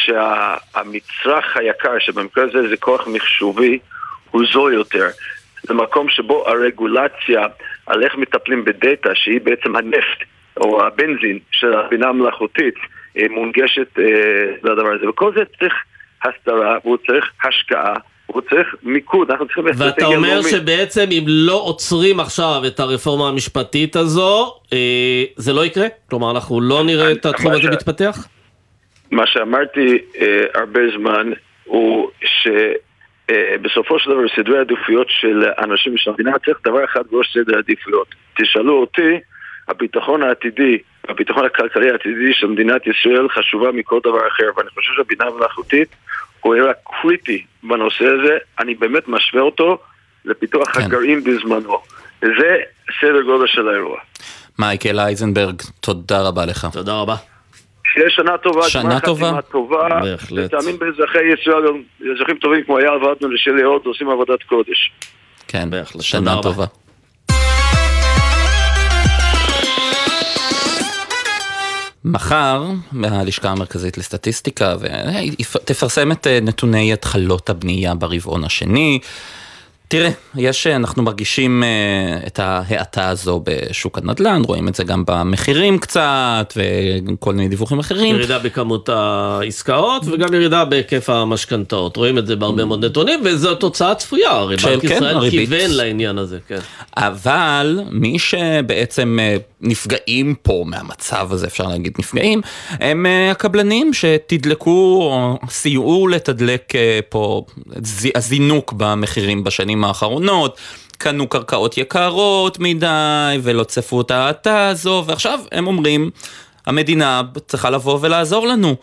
שהמצרך היקר, שבמקרה הזה זה כוח מחשובי, הוא זול יותר. זה מקום שבו הרגולציה על איך מטפלים בדאטה, שהיא בעצם הנפט או הבנזין של הבינה המלאכותית, מונגשת אה, לדבר הזה. וכל זה צריך הסתרה, והוא צריך השקעה, הוא צריך מיקוד. אנחנו צריכים... ואתה אומר לאומית. שבעצם אם לא עוצרים עכשיו את הרפורמה המשפטית הזו, אה, זה לא יקרה? כלומר, אנחנו לא נראה את התחום הזה ש... מתפתח? מה שאמרתי אה, הרבה זמן הוא שבסופו אה, של דבר סדרי העדיפויות של אנשים של המדינה צריך דבר אחד בראש סדר העדיפויות. תשאלו אותי, הביטחון העתידי, הביטחון הכלכלי העתידי של מדינת ישראל חשובה מכל דבר אחר, ואני חושב שהבינה המלאכותית הוא אירוע קריטי בנושא הזה. אני באמת משווה אותו לפיתוח כן. הגרעין בזמנו. זה סדר גודל של האירוע. מייקל אייזנברג, תודה רבה לך. תודה רבה. שיהיה שנה טובה, שנה טובה, טובה, ותאמין באזרחי ישראל, אזרחים טובים כמו אייל ורטמן ושלי עוד עושים עבודת קודש. כן, בהחלט, שנה טובה. מחר, מהלשכה המרכזית לסטטיסטיקה, תפרסם את נתוני התחלות הבנייה ברבעון השני. תראה, יש, אנחנו מרגישים uh, את ההאטה הזו בשוק הנדל"ן, רואים את זה גם במחירים קצת, וכל מיני דיווחים אחרים. ירידה בכמות העסקאות, וגם ירידה בהיקף המשכנתאות. רואים את זה בהרבה מאוד נתונים, וזו תוצאה צפויה, הרי בנק כן, ישראל הריבית. כיוון לעניין הזה. כן. אבל מי שבעצם נפגעים פה מהמצב הזה, אפשר להגיד נפגעים, הם הקבלנים שתדלקו, או סייעו לתדלק פה הזינוק במחירים בשנים האחרונות, קנו קרקעות יקרות מדי ולא צפו את ההאטה הזו, ועכשיו הם אומרים, המדינה צריכה לבוא ולעזור לנו.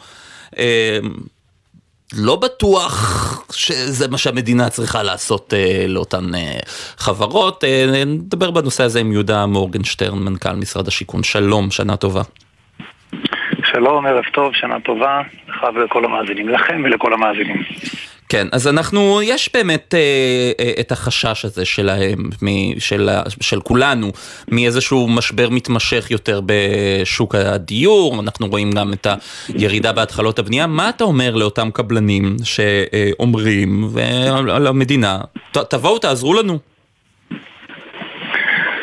לא בטוח שזה מה שהמדינה צריכה לעשות לאותן חברות. נדבר בנושא הזה עם יהודה מורגנשטרן, מנכ"ל משרד השיכון. שלום, שנה טובה. שלום, ערב טוב, שנה טובה לך ולכל המאזינים, לכם ולכל המאזינים. כן, אז אנחנו, יש באמת אה, אה, את החשש הזה שלהם, מ, של, של כולנו, מאיזשהו משבר מתמשך יותר בשוק הדיור. אנחנו רואים גם את הירידה בהתחלות הבנייה. מה אתה אומר לאותם קבלנים שאומרים, ועל המדינה, ת, תבואו, תעזרו לנו?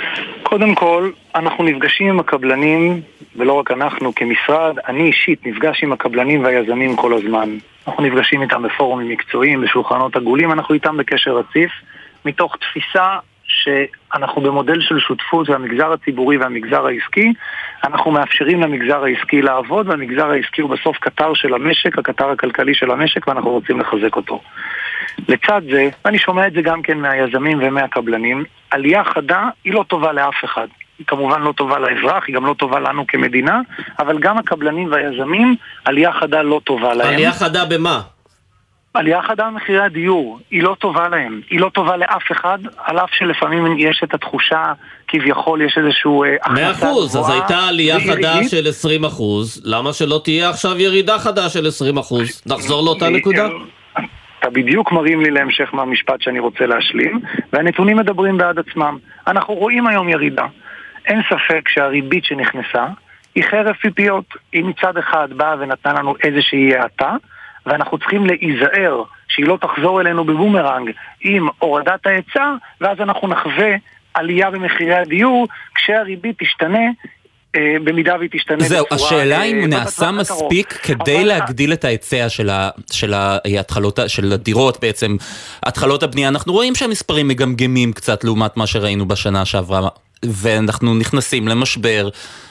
קודם כל, אנחנו נפגשים עם הקבלנים, ולא רק אנחנו כמשרד, אני אישית נפגש עם הקבלנים והיזמים כל הזמן. אנחנו נפגשים איתם בפורומים מקצועיים, בשולחנות עגולים, אנחנו איתם בקשר רציף, מתוך תפיסה שאנחנו במודל של שותפות, והמגזר הציבורי והמגזר העסקי, אנחנו מאפשרים למגזר העסקי לעבוד, והמגזר העסקי הוא בסוף קטר של המשק, הקטר הכלכלי של המשק, ואנחנו רוצים לחזק אותו. לצד זה, ואני שומע את זה גם כן מהיזמים ומהקבלנים, עלייה חדה היא לא טובה לאף אחד. היא כמובן לא טובה לאזרח, היא גם לא טובה לנו כמדינה, אבל גם הקבלנים והיזמים, עלייה חדה לא טובה להם. עלייה חדה במה? עלייה חדה במחירי הדיור, היא לא טובה להם, היא לא טובה לאף אחד, על אף שלפעמים יש את התחושה, כביכול יש איזשהו מאה אחוז, אז הייתה עלייה חדה של עשרים אחוז, למה שלא תהיה עכשיו ירידה חדה של עשרים אחוז? נחזור לאותה נקודה? אתה בדיוק מרים לי להמשך מהמשפט שאני רוצה להשלים, והנתונים מדברים בעד עצמם. אנחנו רואים היום ירידה. אין ספק שהריבית שנכנסה היא חרב פיפיות. היא מצד אחד באה ונתנה לנו איזושהי האטה, ואנחנו צריכים להיזהר שהיא לא תחזור אלינו בבומרנג עם הורדת ההיצע, ואז אנחנו נחווה עלייה במחירי הדיור כשהריבית תשתנה, אה, במידה והיא תשתנה. זהו, בצורה, השאלה אה, אם נעשה מספיק כדי אבל... להגדיל את ההיצע של, ה, של, ההתחלות, של הדירות בעצם, התחלות הבנייה. אנחנו רואים שהמספרים מגמגמים קצת לעומת מה שראינו בשנה שעברה, ואנחנו נכנסים למשבר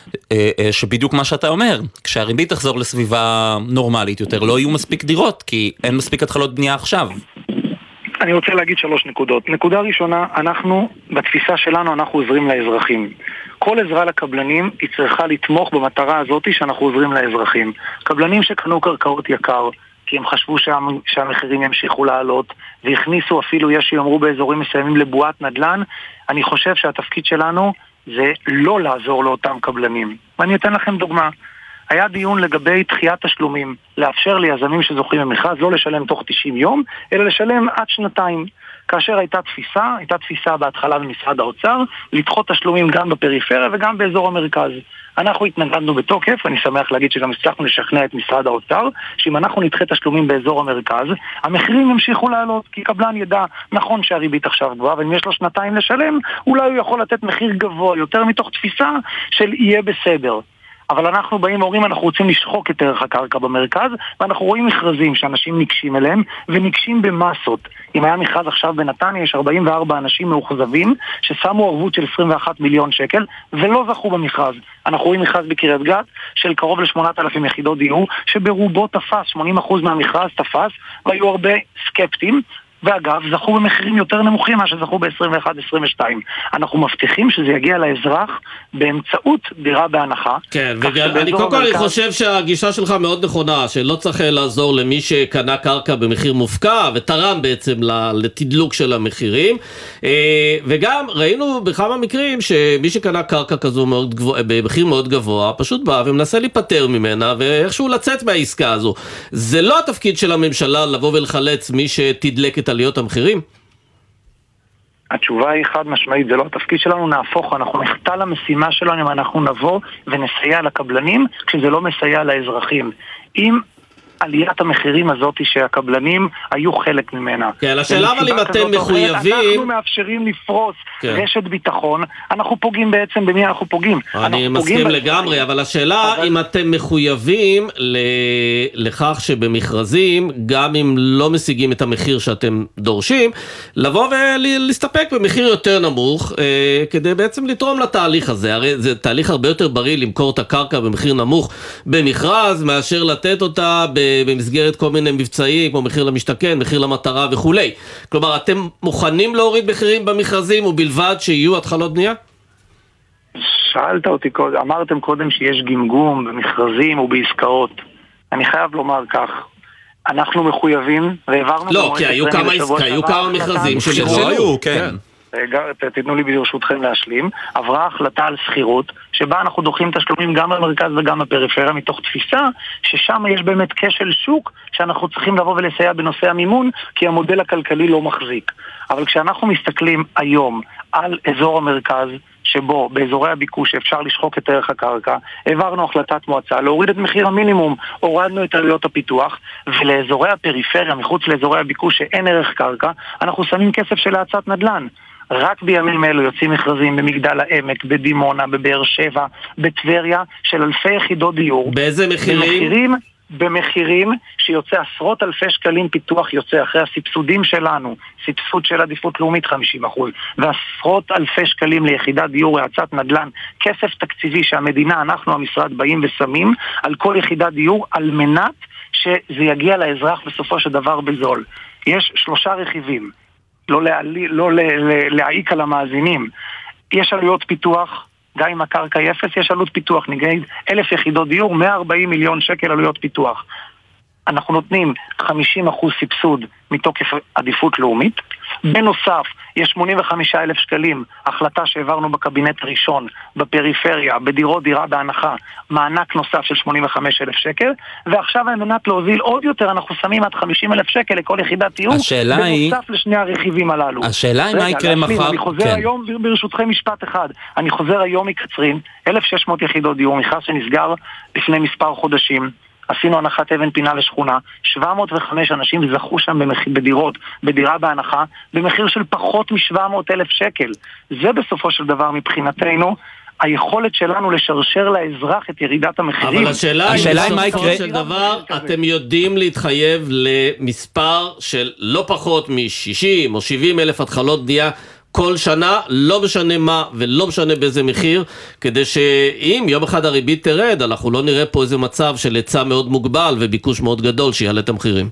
שבדיוק מה שאתה אומר, כשהריבית תחזור לסביבה נורמלית יותר, לא יהיו מספיק דירות, כי אין מספיק התחלות בנייה עכשיו. אני רוצה להגיד שלוש נקודות. נקודה ראשונה, אנחנו, בתפיסה שלנו, אנחנו עוזרים לאזרחים. כל עזרה לקבלנים היא צריכה לתמוך במטרה הזאת שאנחנו עוזרים לאזרחים. קבלנים שקנו קרקעות יקר, כי הם חשבו שה, שהמחירים ימשיכו לעלות, והכניסו אפילו, יש שיאמרו באזורים מסוימים, לבועת נדל"ן, אני חושב שהתפקיד שלנו זה לא לעזור לאותם קבלנים. ואני אתן לכם דוגמה. היה דיון לגבי דחיית תשלומים, לאפשר ליזמים שזוכים במכרז לא לשלם תוך תשעים יום, אלא לשלם עד שנתיים. כאשר הייתה תפיסה, הייתה תפיסה בהתחלה במשרד האוצר, לדחות תשלומים גם בפריפריה וגם באזור המרכז. אנחנו התנגדנו בתוקף, אני שמח להגיד שגם הצלחנו לשכנע את משרד האוצר, שאם אנחנו נדחה תשלומים באזור המרכז, המחירים ימשיכו לעלות, כי קבלן ידע נכון שהריבית עכשיו גבוהה, ואם יש לו שנתיים לשלם, אולי הוא יכול לתת מחיר גבוה יותר מתוך תפיסה של יהיה בסדר. אבל אנחנו באים ואומרים, אנחנו רוצים לשחוק את ערך הקרקע במרכז, ואנחנו רואים מכרזים שאנשים ניגשים אליהם, וניגשים במסות. אם היה מכרז עכשיו בנתניה, יש ארבעים וארבעה אנשים מאוכזבים, ששמו ערבות של עשרים ואחד מיליון שקל, ולא זכו במכרז. אנחנו רואים מכרז בקריית גת, של קרוב ל-שמונת אלפים יחידות דיור, שברובו תפס, שמונים אחוז מהמכרז תפס, והיו הרבה סקפטים, ואגב, זכו במחירים יותר נמוכים מה שזכו ב-עשרים ואחת עשרים ושתיים. אנחנו מבטיחים שזה יגיע לאזרח באמצעות דירה בהנחה. כן, ואני קודם כל אני חושב שהגישה שלך מאוד נכונה, שלא צריך לעזור למי שקנה קרקע במחיר מופקע, ותרם בעצם לתדלוק של המחירים. וגם ראינו בכמה מקרים שמי שקנה קרקע כזו מאוד גבוה, במחיר מאוד גבוה, פשוט בא ומנסה להיפטר ממנה, ואיכשהו לצאת מהעסקה הזו. זה לא התפקיד של הממשלה לבוא ולחלץ מי שתדלק את עליות המחירים? התשובה היא חד משמעית, זה לא התפקיד שלנו, נהפוך, אנחנו נחטא למשימה שלנו אם אנחנו נבוא ונסייע לקבלנים כשזה לא מסייע לאזרחים. אם עליית המחירים הזאת שהקבלנים היו חלק ממנה. כן, השאלה אבל אם אתם מחויבים... אנחנו מאפשרים לפרוס כן. רשת ביטחון, אנחנו פוגעים בעצם, במי אנחנו פוגעים? אני מסכים לגמרי, אבל השאלה אבל... אם אתם מחויבים ל... לכך שבמכרזים, גם אם לא משיגים את המחיר שאתם דורשים, לבוא ולהסתפק במחיר יותר נמוך, אה, כדי בעצם לתרום לתהליך הזה. הרי זה תהליך הרבה יותר בריא למכור את הקרקע במחיר נמוך במכרז, מאשר לתת אותה ב... במסגרת כל מיני מבצעים, כמו מחיר למשתכן, מחיר למטרה וכולי. כלומר, אתם מוכנים להוריד מחירים במכרזים ובלבד שיהיו התחלות בנייה? שאלת אותי קודם, אמרתם קודם שיש גמגום במכרזים ובעסקאות. אני חייב לומר כך, אנחנו מחויבים, והעברנו... לא, כי היו כמה עסקה, היו כמה מכרזים שלא היו, כן. תתנו לי ברשותכם להשלים. עברה החלטה על סחירות שבה אנחנו דוחים תשלומים גם במרכז וגם בפריפריה, מתוך תפיסה ששם יש באמת כשל שוק שאנחנו צריכים לבוא ולסייע בנושא המימון, כי המודל הכלכלי לא מחזיק. אבל כשאנחנו מסתכלים היום על אזור המרכז, שבו באזורי הביקוש אפשר לשחוק את ערך הקרקע, העברנו החלטת מועצה להוריד את מחיר המינימום, הורדנו את עלויות הפיתוח, ולאזורי הפריפריה, מחוץ לאזורי הביקוש שאין ערך קרקע, אנחנו שמים כסף של האצת נדל"ן. רק בימים אלו יוצאים מכרזים במגדל העמק, בדימונה, בבאר שבע, בטבריה, של אלפי יחידות דיור. באיזה מחירים? במחירים, במחירים שיוצא עשרות אלפי שקלים פיתוח יוצא אחרי הסבסודים שלנו, סבסוד של עדיפות לאומית חמישים אחוז, ועשרות אלפי שקלים ליחידת דיור האצת נדל"ן, כסף תקציבי שהמדינה, אנחנו המשרד באים ושמים על כל יחידת דיור על מנת שזה יגיע לאזרח בסופו של דבר בזול. יש שלושה רכיבים, לא, להעלי, לא להעיק על המאזינים. יש עלויות פיתוח, גם אם הקרקע היא אפס, יש עלות פיתוח, נגיד אלף יחידות דיור, מאה וארבעים מיליון שקל עלויות פיתוח. אנחנו נותנים חמישים אחוז סבסוד מתוקף עדיפות לאומית. בנוסף, יש שמונים וחמישה אלף שקלים, החלטה שהעברנו בקבינט הראשון, בפריפריה, בדירות דירה בהנחה, מענק נוסף של שמונים וחמישה אלף שקל, ועכשיו על מנת להוזיל עוד יותר, אנחנו שמים עד חמישים אלף שקל לכל יחידת דיור, בנוסף היא... לשני הרכיבים הללו. השאלה היא מה יקרה מחר... אני חוזר כן. היום, ברשותכם משפט אחד, אני חוזר היום מקצרין, אלף ושש מאות יחידות דיור, מכרז שנסגר לפני מספר חודשים, עשינו הנחת אבן פינה לשכונה, שבע מאות וחמש אנשים זכו שם במחיר, בדירות, בדירה בהנחה, במחיר של פחות מ-שבע מאות אלף שקל. זה בסופו של דבר מבחינתנו, היכולת שלנו לשרשר לאזרח את ירידת המחירים. אבל השאלה היא מה יקרה של דבר, אתם יודעים להתחייב למספר של לא פחות מ-שישים או שבעים אלף התחלות בנייה כל שנה, לא משנה מה ולא משנה באיזה מחיר, כדי שאם יום אחד הריבית תרד, אנחנו לא נראה פה איזה מצב של היצע מאוד מוגבל וביקוש מאוד גדול שיעלה את המחירים.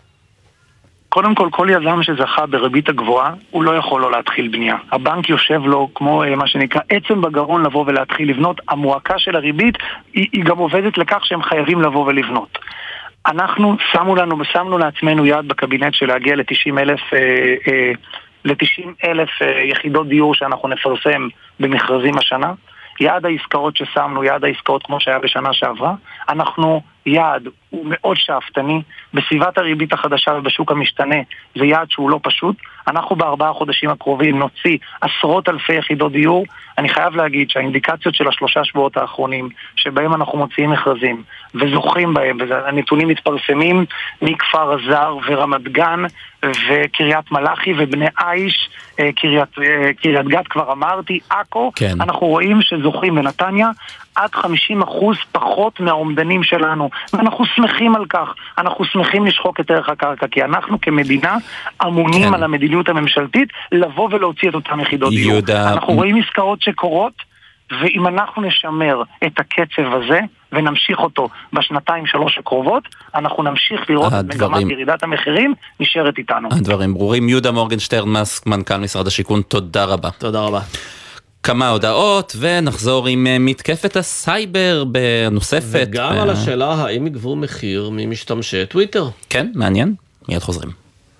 קודם כל, כל יזם שזכה בריבית הגבוהה, הוא לא יכול לא להתחיל בנייה. הבנק יושב לו כמו מה שנקרא עצם בגרון לבוא ולהתחיל לבנות. המועקה של הריבית היא, היא גם עובדת לכך שהם חייבים לבוא ולבנות. אנחנו שמו לנו, שמנו לעצמנו יד בקבינט של להגיע ל-תשעים אלף אה, אה, ל-תשעים אלף יחידות דיור שאנחנו נפרסם במכרזים השנה. יעד העסקאות ששמנו, יעד העסקאות כמו שהיה בשנה שעברה, אנחנו יעד הוא מאוד שאפתני, בסביבת הריבית החדשה ובשוק המשתנה, זה יעד שהוא לא פשוט. אנחנו בארבעה חודשים הקרובים נוציא עשרות אלפי יחידות דיור. אני חייב להגיד שהאינדיקציות של השלושה שבועות האחרונים, שבהם אנחנו מוציאים מכרזים וזוכים בהם, והנתונים מתפרסמים מכפר עזר ורמת גן וקריית מלאכי ובני עיש, קריית, קריית גת כבר אמרתי, עכו, כן. אנחנו רואים שזוכים בנתניה עד חמישים אחוז פחות מהעומדנים שלנו, ואנחנו שמחים על כך. אנחנו שמחים לשחוק את ערך הקרקע, כי אנחנו כמדינה אמונים כן. על המדיניות הממשלתית לבוא ולהוציא את אותם יחידות דיור. אנחנו רואים עסקאות שקורות, ואם אנחנו נשמר את הקצב הזה ונמשיך אותו בשנתיים שלוש הקרובות, אנחנו נמשיך לראות את מגמת ירידת המחירים נשארת איתנו. הדברים ברורים. יהודה מורגנשטרן, מנכ"ל משרד השיכון, תודה רבה. תודה רבה. כמה הודעות ונחזור עם מתקפת הסייבר בנוספת. וגם על השאלה האם יגבו מחיר ממשתמשי טוויטר. כן, מעניין. מיד חוזרים.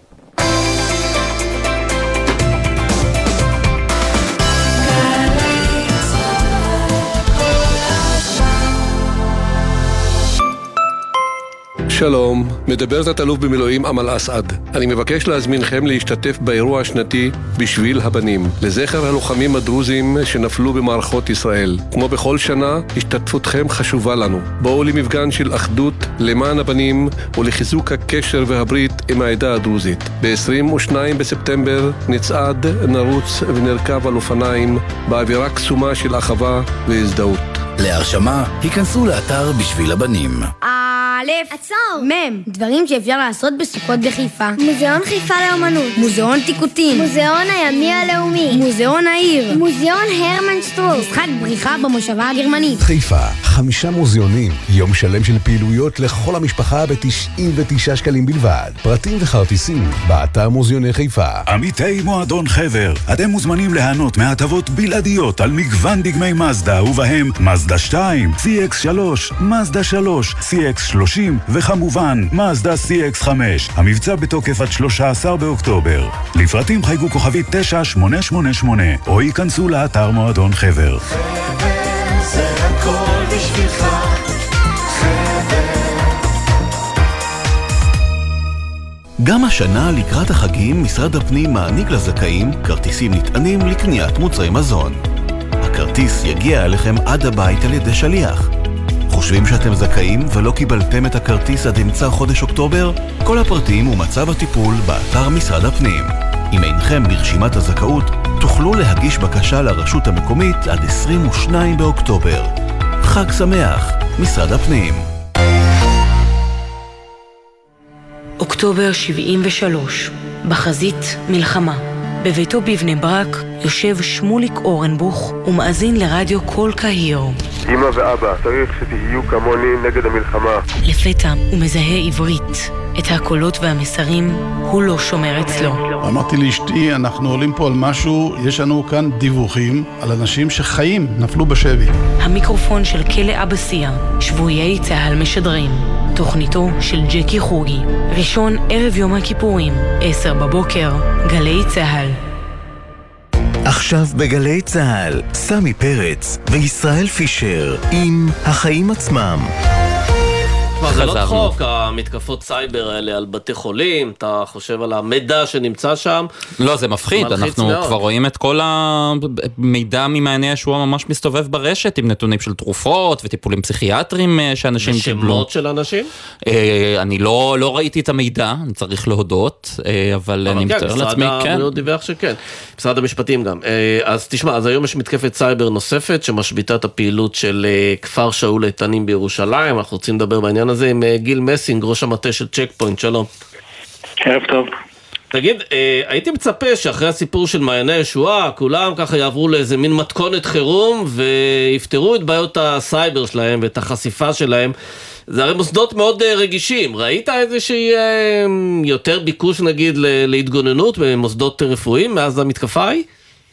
שלום, מדבר תת-אלוף במילואים אמל אסעד. אני מבקש להזמינכם להשתתף באירוע השנתי בשביל הבנים, לזכר הלוחמים הדרוזים שנפלו במערכות ישראל. כמו בכל שנה, השתתפותכם חשובה לנו. בואו למפגן של אחדות למען הבנים ולחיזוק הקשר והברית עם העדה הדרוזית. ב-עשרים ושניים בספטמבר נצעד, נרוץ ונרכב על אופניים באווירה קסומה של אחווה והזדהות. להרשמה, היכנסו לאתר בשביל הבנים. א', עצור, מ', דברים שאפשר לעשות בסוכות בחיפה. מוזיאון חיפה לאמנות, מוזיאון תיקותים, מוזיאון הימי הלאומי, מוזיאון העיר, מוזיאון הרמן שטרוק, משחק בריחה במושבה הגרמנית. חיפה, חמישה מוזיאונים, יום שלם של פעילויות לכל המשפחה ב-תשעים ותשעה שקלים בלבד. פרטים וכרטיסים באתר מוזיאוני חיפה. עמיתי מועדון חבר, אתם מוזמנים ליהנות מהטבות בלעדיות על מגוון דגמי מזדה, ובהם מזדה שתיים, סי אקס שלוש, מזדה שלוש, סי אקס שלושים וכמובן מזדה סי אקס חמש. המבצע בתוקף עד שלושה עשר באוקטובר. לפרטים חייגו כוכבית תשע שמונה שמונה שמונה או ייכנסו לאתר מועדון חבר. חבר זה הכל בשבילך. גם השנה לקראת החגים משרד הפנים מעניק לזכאים כרטיסים נטענים לקניית מוצרי מזון. הכרטיס יגיע אליכם עד הבית על ידי שליח. חושבים שאתם זכאים ולא קיבלתם את הכרטיס עד אמצע חודש אוקטובר? כל הפרטים ומצב הטיפול באתר משרד הפנים. אם אינכם ברשימת הזכאות, תוכלו להגיש בקשה לרשות המקומית עד עשרים ושניים באוקטובר. חג שמח, משרד הפנים. אוקטובר שבעים ושלוש, בחזית מלחמה. בביתו בבני ברק יושב שמוליק אורנבוך ומאזין לרדיו כל קהיר. אמא ואבא, צריך שתהיו כמוני נגד המלחמה. לפתע הוא מזהה עברית. את הקולות והמסרים הוא לא שומר אצלו. אמרתי לאשתי, אנחנו עולים פה על משהו, יש לנו כאן דיווחים על אנשים שחיים, נפלו בשבי. המיקרופון של כלא אבסיה, שבויי צהל משדרים. תוכניתו של ג'קי חוגי. ראשון ערב יום הכיפורים, עשר בבוקר, גלי צהל. עכשיו בגלי צהל, סמי פרץ וישראל פישר עם החיים עצמם. זה לא צחוק, המתקפות סייבר האלה על בתי חולים, אתה חושב על המידע שנמצא שם? לא, זה מפחיד, אנחנו כבר רואים את כל המידע ממעייני הישועה ממש מסתובב ברשת, עם נתונים של תרופות וטיפולים פסיכיאטריים שאנשים קיבלו. ושמות של אנשים? אני לא ראיתי את המידע, אני צריך להודות, אבל אני מתאר לעצמי, כן. משרד הבריאות דיווח שכן, משרד המשפטים גם. אז תשמע, אז היום יש מתקפת סייבר נוספת, שמשביתה את הפעילות של כפר שאול איתנים בירושלים, אנחנו רוצים לדבר בעניין הזה עם גיל מסינג, ראש המטה של צ'ק פוינט, שלום. ערב טוב. תגיד, הייתי מצפה שאחרי הסיפור של מעייני הישועה, כולם ככה יעברו לאיזה מין מתכונת חירום, ויפתרו את בעיות הסייבר שלהם ואת החשיפה שלהם. זה הרי מוסדות מאוד רגישים. ראית איזושהי יותר ביקוש נגיד להתגוננות במוסדות רפואיים מאז המתקפה היא?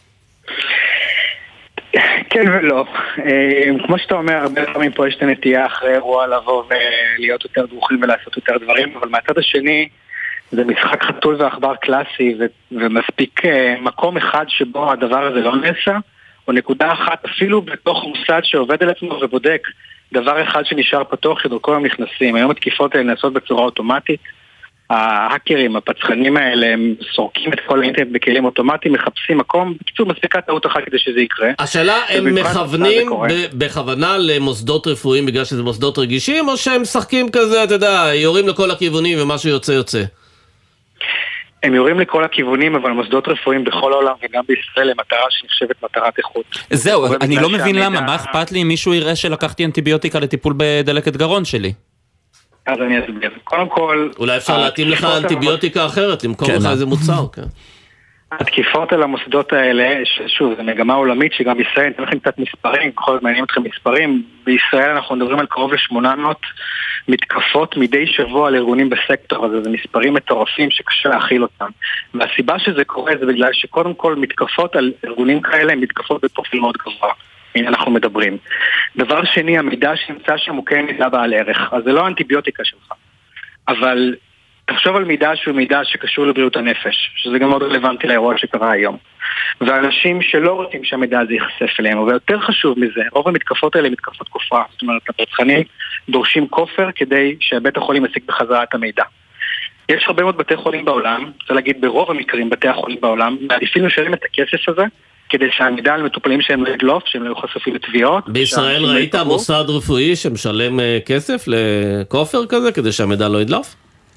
כן ולא. כמו שאתה אומר, הרבה פעמים פה יש את הנטייה אחרי אירוע לבוא ולהיות יותר דרוכים ולעשות יותר דברים, אבל מהצד השני זה משחק חתול ועכבר קלאסי, ומספיק מקום אחד שבו הדבר הזה לא נעשה, או נקודה אחת אפילו בתוך מוסד שעובד על עצמו ובודק דבר אחד שנשאר פתוח שדרכו הם נכנסים. היום התקיפות האלה נעשות בצורה אוטומטית, ההאקרים, הפצחנים האלה, הם סורקים את כל האינטרנט בכלים אוטומטיים, מחפשים מקום, בקיצור מספיקה טעות אחת כדי שזה יקרה. השאלה, הם מכוונים בכוונה למוסדות רפואיים בגלל שזה מוסדות רגישים, או שהם משחקים כזה, אתה יודע, יורים לכל הכיוונים ומה שיוצא יוצא? הם יורים לכל הכיוונים, אבל מוסדות רפואיים בכל העולם וגם בישראל הם מטרה שנחשבת מטרת איכות. זהו, אני לא מבין למה, מה אכפת לי אם מישהו יראה שלקחתי אנטיביוטיקה לטיפול בדלקת גרון שלי? אז אני אסביר. קודם כל... אולי אפשר להתאים לך אנטיביוטיקה אחרת, למכור לך איזה מוצר, כן. התקיפות על המוסדות האלה, שוב, זו מגמה עולמית שגם בישראל, אתם לכם קצת מספרים, בכל זאת מעניינים אתכם מספרים, בישראל אנחנו מדברים על קרוב ל-שמונה מאות מתקפות מדי שבוע על ארגונים בסקטור הזה, זה מספרים מטורפים שקשה להכיל אותם. והסיבה שזה קורה זה בגלל שקודם כל מתקפות על ארגונים כאלה הן מתקפות בפרופיל מאוד גבוה. הנה אנחנו מדברים. דבר שני, המידע שנמצא שם הוא כן מידע בעל ערך, אז זה לא האנטיביוטיקה שלך. אבל תחשוב על מידע שהוא מידע שקשור לבריאות הנפש, שזה גם מאוד רלוונטי לאירוע שקרה היום. ואנשים שלא רוצים שהמידע הזה ייחשף אליהם, אבל יותר חשוב מזה, רוב המתקפות האלה מתקפות כופרה, זאת אומרת, הפצחנים דורשים כופר כדי שבית החולים ישיג בחזרה את המידע. יש הרבה מאוד בתי חולים בעולם, צריך להגיד ברוב המקרים בתי החולים בעולם, מעדיפים לשלם את הכסף הזה, כדי שהמידע על מטופלים שהם לא ידלוף, שהם לא יחשפים לתביעות. בישראל ראית מוסד רפואי שמשלם כסף לכופר כזה, כדי שהמידע לא ידלוף?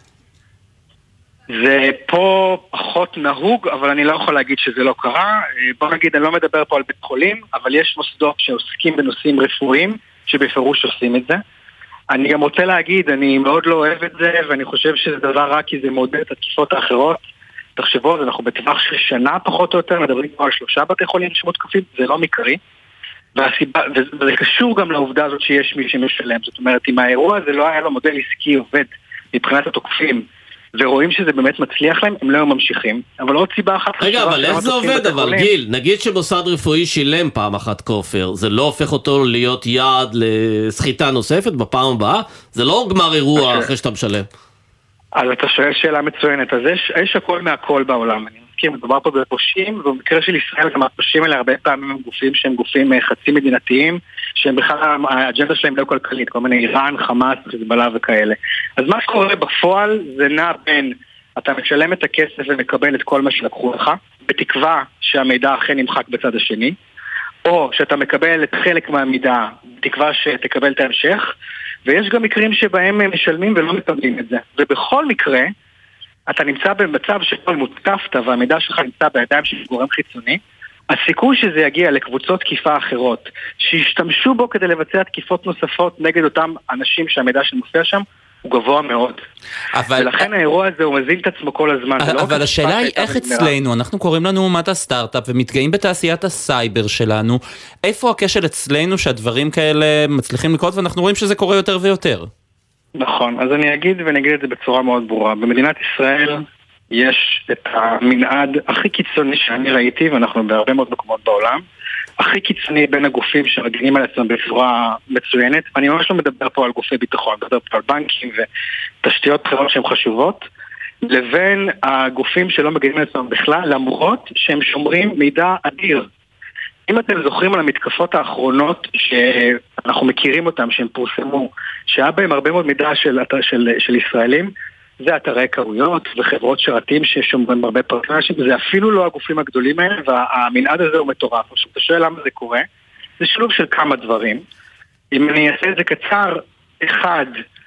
זה פה פחות נהוג, אבל אני לא יכול להגיד שזה לא קרה. בוא נגיד, אני לא מדבר פה על בית חולים, אבל יש מוסדות שעוסקים בנושאים רפואיים, שבפירוש עושים את זה. אני גם רוצה להגיד, אני מאוד לא אוהב את זה, ואני חושב שזה דבר רע, כי זה מעודד את התקיפות האחרות. תחשבו, אנחנו בטווח של שנה פחות או יותר, מדברים פה על שלושה בתי חולים שמותקפים, זה לא מקרי. והסיבה, וזה קשור גם לעובדה הזאת שיש מי שמשלם. זאת אומרת, אם האירוע הזה לא היה לו מודל עסקי עובד מבחינת התוקפים, ורואים שזה באמת מצליח להם, הם לא ממשיכים. אבל עוד סיבה אחת... רגע, אבל איך זה עובד? אבל גיל, נגיד שמוסד רפואי שילם פעם אחת כופר, זה לא הופך אותו להיות יעד לסחיטה נוספת בפעם הבאה? זה לא גמר אירוע אחרי שאתה משלם. אז אתה שואל שאלה מצוינת. אז יש, יש הכל מהכל בעולם. אני מזכיר, מדובר פה בפושעים, ובמקרה של ישראל גם הפושעים האלה הרבה פעמים הם גופים שהם גופים חצי מדינתיים, שהם בכלל, האג'נדה שלהם לא כלכלית, כל מיני איראן, חמאס, חיזבאללה וכאלה. אז מה שקורה בפועל זה נע בין, אתה משלם את הכסף ומקבל את כל מה שלקחו לך, בתקווה שהמידע אכן נמחק בצד השני, או שאתה מקבל את חלק מהמידע, בתקווה שתקבל את ההמשך, ויש גם מקרים שבהם הם משלמים ולא מקבלים את זה. ובכל מקרה, אתה נמצא במצב שכל מותקפת והמידע שלך נמצא בידיים של גורם חיצוני, הסיכוי שזה יגיע לקבוצות תקיפה אחרות, שישתמשו בו כדי לבצע תקיפות נוספות נגד אותם אנשים שהמידע שמופיע שם, הוא גבוה מאוד. אבל... ולכן האירוע הזה הוא מזין את עצמו כל הזמן. אבל השאלה היא איך אצלנו, אנחנו קוראים לנו אומת הסטארט-אפ ומתגאים בתעשיית הסייבר שלנו, איפה הכשל אצלנו שהדברים כאלה מצליחים לקרות ואנחנו רואים שזה קורה יותר ויותר? נכון, אז אני אגיד ואני אגיד את זה בצורה מאוד ברורה. במדינת ישראל יש את המנעד הכי קיצוני שאני ראיתי, ואנחנו בהרבה מאוד מקומות בעולם, הכי קיצוני בין הגופים שמגנים על עצמם בצורה מצוינת, ואני ממש לא מדבר פה על גופי ביטחון, מדבר פה על בנקים ותשתיות אחרות שהן חשובות, לבין הגופים שלא מגנים על עצמם בכלל, למרות שהם שומרים מידע אדיר. אם אתם זוכרים על המתקפות האחרונות שאנחנו מכירים אותם, שהם פורסמו, שהיה בהם הרבה מאוד מידע של, של, של ישראלים, זה אתרי היכרויות וחברות שרתים ששומרים הרבה פרטים, זה אפילו לא הגופים הגדולים האלה, והמנעד הזה הוא מטורף. עכשיו, אתה שואל למה זה קורה? זה שילוב של כמה דברים. אם אני אעשה את זה קצר, אחד,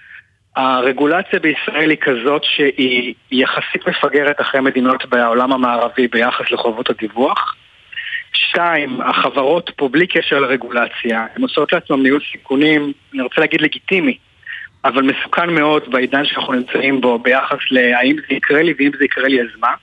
הרגולציה בישראל היא כזאת שהיא יחסית מפגרת אחרי מדינות בעולם המערבי ביחס לחובות הדיווח. שתיים, החברות פה בלי קשר לרגולציה, הן עושות לעצמם ניהול סיכונים, אני רוצה להגיד לגיטימי, אבל מסוכן מאוד בעידן שאנחנו נמצאים בו ביחס להאם זה יקרה לי ואם זה יקרה לי אז מה.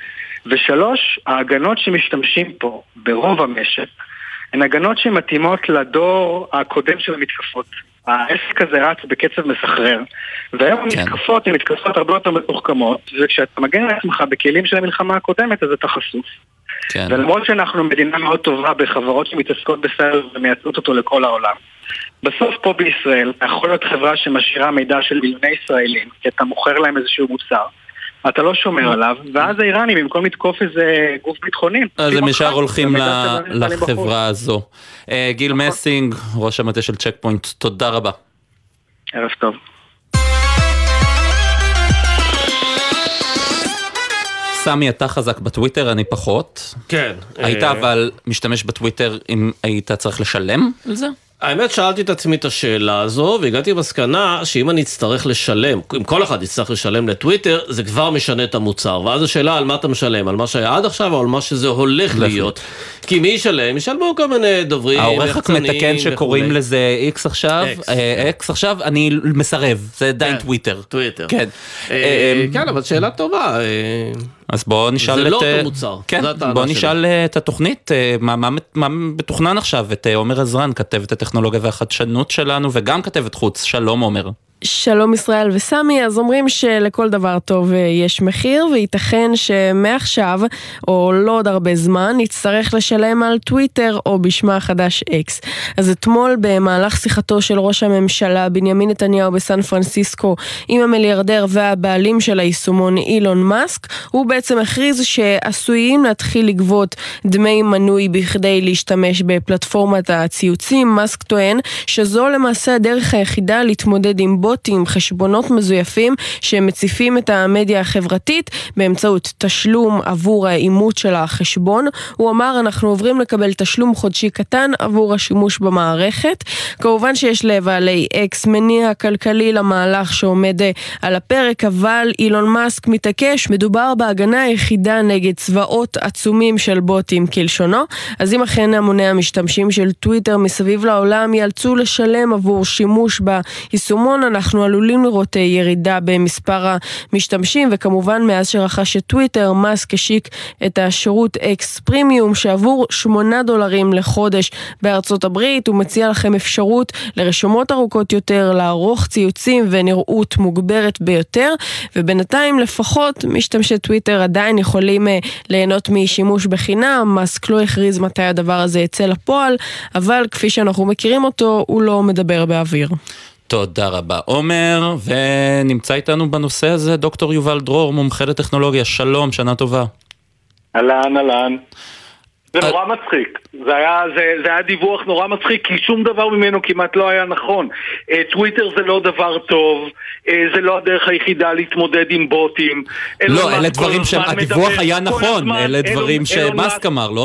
ושלוש, ההגנות שמשתמשים פה ברוב המשק הן הגנות שמתאימות לדור הקודם של המתקפות. העסק הזה רץ בקצב מסחרר, והיום המתקפות הן מתקפות הרבה יותר מתוחכמות, וכשאתה מגן לעצמך בכלים של המלחמה הקודמת אז אתה חשוף. כן. ולמרות שאנחנו מדינה מאוד טובה בחברות שמתעסקות בסייבר ומייצרות אותו לכל העולם, בסוף פה בישראל אתה יכול להיות חברה שמשאירה מידע של מיליוני ישראלים, כי אתה מוכר להם איזשהו מוצר, אתה לא שומר עליו, ואז האיראנים במקום לתקוף איזה גוף ביטחוני, אז הם ישר הולכים לחברה הזו. גיל מסינג, ראש המטה של צ'ק פוינט, תודה רבה. ערב טוב. סמי, אתה חזק בטוויטר, אני פחות. כן. היית אבל משתמש בטוויטר אם היית צריך לשלם על זה? האמת, שאלתי את עצמי את השאלה הזו, והגעתי בסקנה שאם אני אצטרך לשלם, אם כל אחד יצטרך לשלם לטוויטר, זה כבר משנה את המוצר. ואז השאלה על מה אתה משלם, על מה שהיה עד עכשיו, או על מה שזה הולך להיות. כי מי ישלם? ישלמו כל מיני דוברים, העורך רק מתקן שקוראים לזה X עכשיו, X עכשיו, אני מסרב, זה עדיין טוויטר. טוויטר. כן. כן, אבל שאלה טובה. אז בואו נשאל זה את... לא אותו מוצר. כן, בואו נשאל את התוכנית, מה, מה, מה בתוכנן עכשיו, את עומר עזרן, כתבת הטכנולוגיה והחדשנות שלנו, וגם כתבת חוץ. שלום עומר. שלום ישראל וסמי, אז אומרים שלכל דבר טוב יש מחיר, וייתכן שמעכשיו, או לא עוד הרבה זמן, נצטרך לשלם על טוויטר או בשמה החדש אקס. אז אתמול במהלך שיחתו של ראש הממשלה בנימין נתניהו בסן פרנסיסקו עם המיליארדר והבעלים של היישומון אילון מאסק, הוא בעצם הכריז שעשויים להתחיל לגבות דמי מנוי בכדי להשתמש בפלטפורמת הציוצים. מאסק טוען שזו למעשה הדרך היחידה להתמודד עם בוט עם חשבונות מזויפים שמציפים את המדיה החברתית באמצעות תשלום עבור האימות של החשבון. הוא אמר, אנחנו עוברים לקבל תשלום חודשי קטן עבור השימוש במערכת. כמובן שיש לבעלי אקס מניע כלכלי למהלך שעומד על הפרק, אבל אילון מאסק מתעקש, מדובר בהגנה היחידה נגד צבאות עצומים של בוטים כלשונו. אז אם אכן המוני המשתמשים של טוויטר מסביב לעולם יאלצו לשלם עבור שימוש ביישומון, אנחנו אנחנו עלולים לראות ירידה במספר המשתמשים, וכמובן מאז שרכש את טוויטר, מאסק השיק את השירות אקס פרימיום, שעבור שמונה דולרים לחודש בארצות הברית, הוא מציע לכם אפשרות לרשומות ארוכות יותר, לערוך ציוצים ונראות מוגברת ביותר, ובינתיים לפחות משתמשי טוויטר עדיין יכולים ליהנות משימוש בחינם. מאסק לא הכריז מתי הדבר הזה יצא לפועל, אבל כפי שאנחנו מכירים אותו, הוא לא מדבר באוויר. תודה רבה עומר, ונמצא איתנו בנושא הזה דוקטור יובל דרור, מומחה לטכנולוגיה. שלום, שנה טובה. אהלן, אהלן. זה נורא מצחיק, זה היה, זה, זה היה דיווח נורא מצחיק, כי שום דבר ממנו כמעט לא היה נכון. טוויטר זה לא דבר טוב, זה לא הדרך היחידה להתמודד עם בוטים. לא, אלה דברים שהדיווח היה נכון, אלה דברים שמאסק אמר, לא?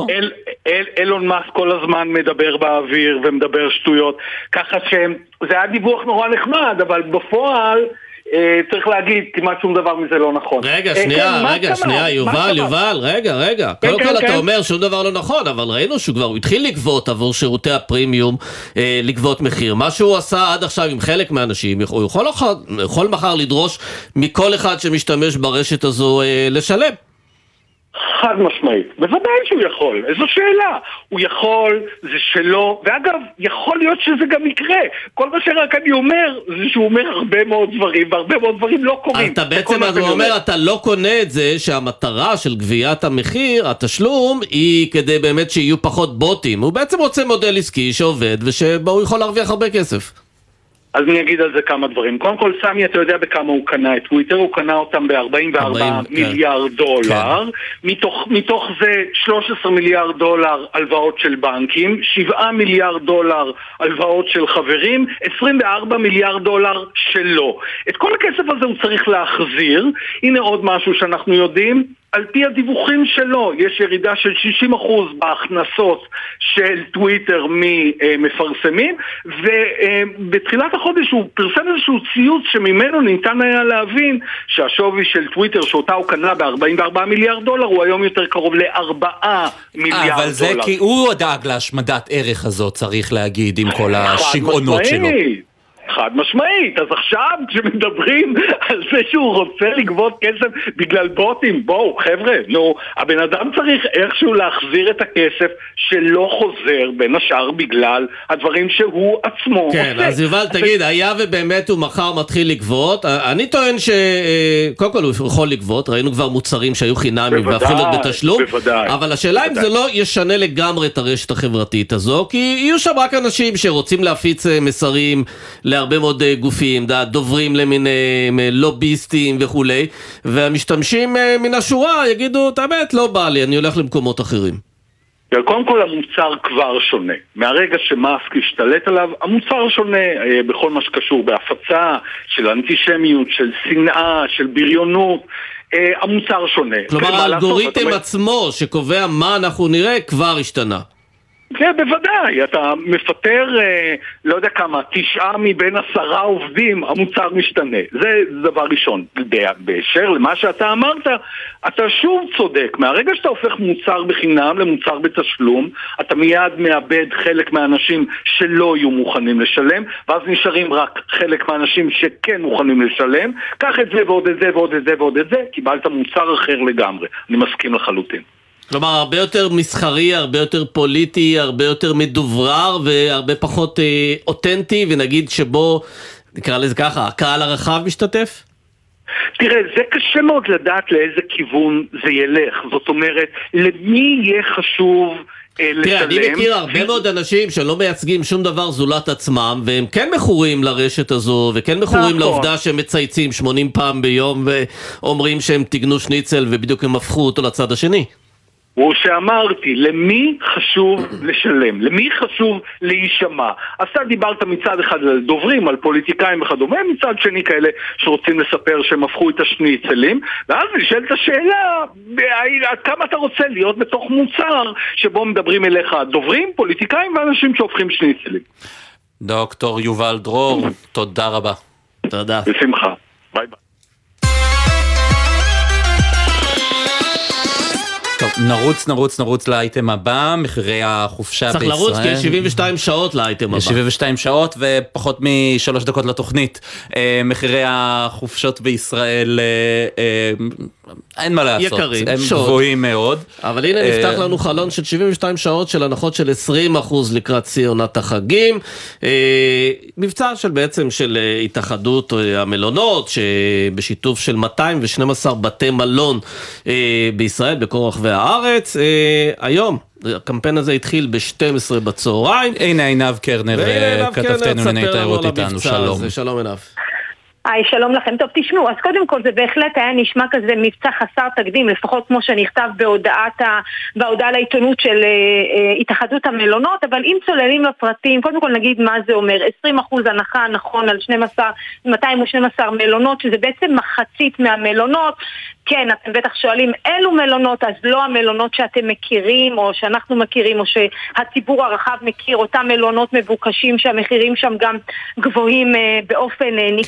אילון מאסק כל הזמן מדבר באוויר ומדבר שטויות, ככה שזה היה דיווח נורא נחמד, אבל בפועל צריך להגיד, כמעט שום דבר מזה לא נכון. רגע, שנייה, רגע, שנייה, יובל, יובל, רגע, רגע. קודם כל אתה אומר שום דבר לא נכון, אבל ראינו שהוא כבר התחיל לגבות עבור שירותי הפרימיום, לגבות מחיר. מה שהוא עשה עד עכשיו עם חלק מהאנשים, הוא יכול מחר לדרוש מכל אחד שמשתמש ברשת הזו לשלם. חד משמעית, בוודאי שהוא יכול, איזו שאלה, הוא יכול, זה שלו, ואגב, יכול להיות שזה גם יקרה, כל מה שרק אני אומר, זה שהוא אומר הרבה מאוד דברים, והרבה מאוד דברים לא קורים. אתה בעצם אתה אומר, אתה לא קונה את זה שהמטרה של גביית המחיר, התשלום, היא כדי באמת שיהיו פחות בוטים, הוא בעצם רוצה מודל עסקי שעובד, ושבו הוא יכול להרוויח הרבה כסף. אז אני אגיד על זה כמה דברים. קודם כל, סמי, אתה יודע בכמה הוא קנה את טוויטר, הוא קנה אותם ב-ארבעים וארבעה מיליארד דולר, מתוך, מתוך זה שלושה עשר מיליארד דולר הלוואות של בנקים, שבעה מיליארד דולר הלוואות של חברים, עשרים וארבעה מיליארד דולר שלו. את כל הכסף הזה הוא צריך להחזיר. הנה עוד משהו שאנחנו יודעים, על פי הדיווחים שלו יש ירידה של שישים אחוז בהכנסות של טוויטר ממפרסמים, ובתחילת החודש הוא פרסם איזשהו ציוץ שממנו ניתן היה להבין שהשווי של טוויטר שאותה הוא קנה ב-ארבעים וארבעה מיליארד דולר הוא היום יותר קרוב ל-ארבעה מיליארד דולר. אבל זה כי הוא דאג להשמדת ערך הזאת, צריך להגיד, עם כל השגעונות שלו. חד משמעית, אז עכשיו כשמדברים על זה שהוא רוצה לגבות כסף בגלל בוטים, בואו חבר'ה, נו, הבן אדם צריך איכשהו להחזיר את הכסף שלא חוזר בין השאר בגלל הדברים שהוא עצמו כן, עושה. אז יובל תגיד, היה ובאמת הוא מחר מתחיל לגבות, אני טוען שקודם כל הוא יכול לגבות, ראינו כבר מוצרים שהיו חינמים ואפילו בתשלום, בוודאי, אבל השאלה אם זה לא ישנה לגמרי את הרשת החברתית הזו, כי יהיו שם רק אנשים שרוצים להפיץ מסרים להרבה מאוד גופים, דוברים למיניהם, לוביסטים וכולי, והמשתמשים מן השורה יגידו, תאמת, לא בא לי, אני הולך למקומות אחרים. קודם כל המוצר כבר שונה. מהרגע שמאסק השתלט עליו, המוצר שונה בכל מה שקשור בהפצה של אנטישמיות, של שנאה, של בריונות, המוצר שונה. כלומר, האלגוריתם עצמו שקובע מה אנחנו נראה כבר השתנה. כן, בוודאי, אתה מפטר, לא יודע כמה, תשעה מבין עשרה עובדים, המוצר משתנה. זה דבר ראשון. באשר למה שאתה אמרת, אתה שוב צודק. מהרגע שאתה הופך מוצר בחינם למוצר בתשלום, אתה מיד מאבד חלק מהאנשים שלא יהיו מוכנים לשלם, ואז נשארים רק חלק מהאנשים שכן מוכנים לשלם. קח את זה ועוד את זה ועוד את זה ועוד את זה, קיבלת מוצר אחר לגמרי. אני מסכים לחלוטין. כלומר, הרבה יותר מסחרי, הרבה יותר פוליטי, הרבה יותר מדוברר והרבה פחות אה, אותנטי, ונגיד שבו, נקרא לזה ככה, הקהל הרחב משתתף? תראה, זה קשה מאוד לדעת לאיזה כיוון זה ילך. זאת אומרת, למי יהיה חשוב לשלם? תראה, אני מכיר הרבה מאוד אנשים שלא מייצגים שום דבר זולת עצמם, והם כן מכורים לרשת הזו, וכן מכורים לעובדה שהם מצייצים שמונים פעם ביום, ואומרים שהם תגנו שניצל, ובדיוק הם הפכו אותו לצד השני. הוא שאמרתי, למי חשוב לשלם? למי חשוב להישמע? אז אתה דיברת מצד אחד על דוברים, על פוליטיקאים וכדומה, מצד שני כאלה שרוצים לספר שהם הפכו את השניצלים, ואז נשאלת השאלה, עד כמה אתה רוצה להיות בתוך מוצר שבו מדברים אליך דוברים, פוליטיקאים ואנשים שהופכים שניצלים. דוקטור יובל דרור, תודה רבה. תודה. בשמחה. ביי ביי. טוב, נרוץ, נרוץ, נרוץ לאייטם הבא, מחירי החופשה בישראל. צריך לרוץ כי יש שבעים ושתיים שעות לאייטם הבא. שבעים ושתיים שעות ופחות משלוש דקות לתוכנית. מחירי החופשות בישראל, אין מה לעשות, יקרים, הם שעות. גבוהים מאוד. אבל הנה נפתח לנו חלון של שבעים ושתיים שעות של הנחות של עשרים אחוז לקראת שיא עונת החגים. מבצע של בעצם של התאחדות המלונות, שבשיתוף של מאתיים ושנים עשר בתי מלון בישראל, בכל רחבי הארץ. היום הקמפיין הזה התחיל ב-שתים עשרה בצהריים. הנה עינב קרנר, כתבתנו לענייני תיירות איתנו, שלום. שלום עינב. היי, שלום לכם. טוב, תשמעו, אז קודם כל זה בהחלט היה נשמע כזה מבצע חסר תקדים, לפחות כמו שנכתב בהודעת ה... בהודעה לעיתונות של אה, התאחדות המלונות, אבל אם צוללים לפרטים, קודם כל נגיד מה זה אומר, עשרים אחוז הנחה נכון על מאתיים ושתים עשרה מלונות, שזה בעצם מחצית מהמלונות. כן, אתם בטח שואלים, אילו מלונות? אז לא המלונות שאתם מכירים, או שאנחנו מכירים, או שהציבור הרחב מכיר, אותם מלונות מבוקשים שהמחירים שם גם גבוהים אה, באופן אה, ניכר. כן.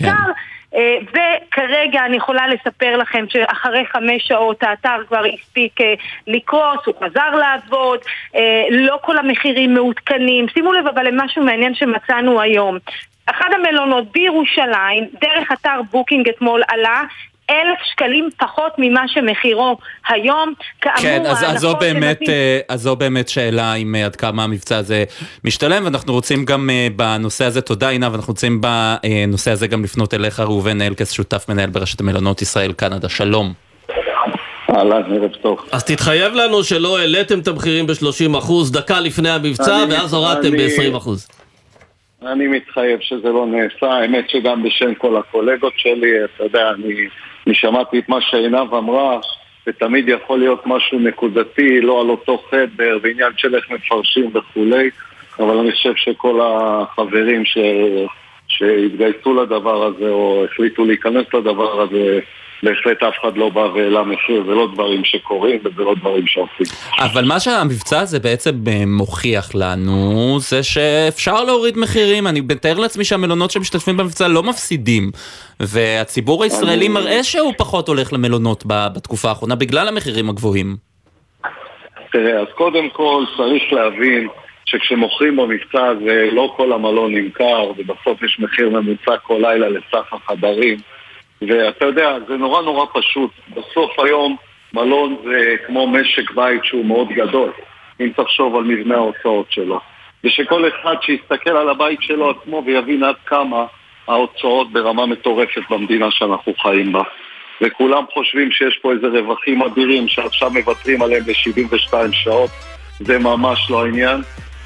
וכרגע אני יכולה לספר לכם שאחרי חמש שעות האתר כבר הספיק לקרוס, הוא חזר לעבוד, לא כל המחירים מעודכנים. שימו לב אבל למשהו מעניין שמצאנו היום. אחד המלונות בירושלים, דרך אתר בוקינג אתמול עלה אלף שקלים פחות ממה שמחירו היום. כן, אז, אז, זו באמת, אז זו באמת שאלה עם עד כמה המבצע הזה משתלם, ואנחנו רוצים גם בנושא הזה, תודה עינה, ואנחנו רוצים בנושא הזה גם לפנות אליך, ראובן אלקס, שותף מנהל ברשת המלונות ישראל קנדה. שלום. אהלן, ערב טוב. אז תתחייב לנו שלא העליתם את המחירים ב-שלושים אחוז דקה לפני המבצע, ואז הורדתם ב-עשרים אחוז. אני מתחייב שזה לא נעשה, האמת שגם בשם כל הקולגות שלי, אתה יודע, אני, אני שמעתי את מה שעינב אמרה, ותמיד יכול להיות משהו נקודתי, לא על אותו חדר, בעניין של איך מפרשים וכולי, אבל אני חושב שכל החברים ש, שהתגייסו לדבר הזה, או החליטו להיכנס לדבר הזה, בהחלט אף אחד לא בא ואלה מחיר, זה לא דברים שקורים וזה לא דברים שעושים. אבל מה שהמבצע הזה בעצם מוכיח לנו זה שאפשר להוריד מחירים. אני מתאר לעצמי שהמלונות שמשתתפים במבצע לא מפסידים, והציבור הישראלי אני... מראה שהוא פחות הולך למלונות בתקופה האחרונה בגלל המחירים הגבוהים. תראה, אז קודם כל צריך להבין שכשמוכרים במבצע הזה לא כל המלון נמכר, ובסוף יש מחיר ממוצע כל לילה לסך החדרים, ואתה יודע, זה נורא נורא פשוט. בסוף היום מלון זה כמו משק בית שהוא מאוד גדול, אם תחשוב על מבנה ההוצאות שלו, ושכל אחד שיסתכל על הבית שלו עצמו ויבין עד כמה ההוצאות ברמה מטורפת במדינה שאנחנו חיים בה, וכולם חושבים שיש פה איזה רווחים אדירים שעכשיו מבטרים עליהם ב-שבעים ושתיים שעות. זה ממש לא העניין,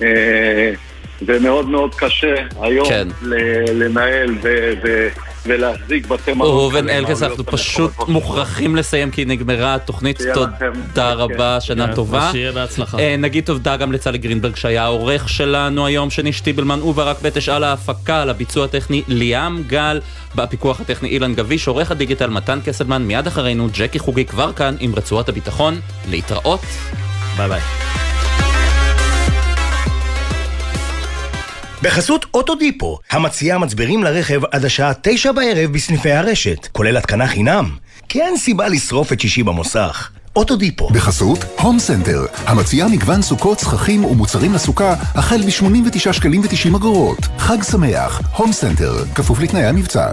ומאוד מאוד קשה היום כן. לנהל ו... ו- ולהחזיק בתי מלון. ראובן אלקס, אנחנו פשוט מוכרחים לסיים כי נגמרה התוכנית. תודה רבה, שנה טובה. שיהיה בהצלחה. נגיד תודה גם לצלי גרינברג שהיה העורך שלנו היום, שני שטיבלמן וברק בטש, על ההפקה, על הביצוע הטכני ליאם גל, בפיקוח הטכני אילן גביש, עורך הדיגיטל מתן קסלמן. מיד אחרינו ג'קי חוגי כבר כאן עם רצועת הביטחון. להתראות. ביי ביי. בחסות אוטודיפו, המציעה מצברים לרכב עד השעה תשע בערב בסניפי הרשת, כולל התקנה חינם, כי אין סיבה לשרוף את שישי במוסך. אוטודיפו. בחסות הום סנטר, המציעה מגוון סוכות, צחכים ומוצרים לסוכה, החל ב-שמונים ותשעה שקלים ותשעים אגורות. חג שמח, הום סנטר, כפוף לתנאי המבצע.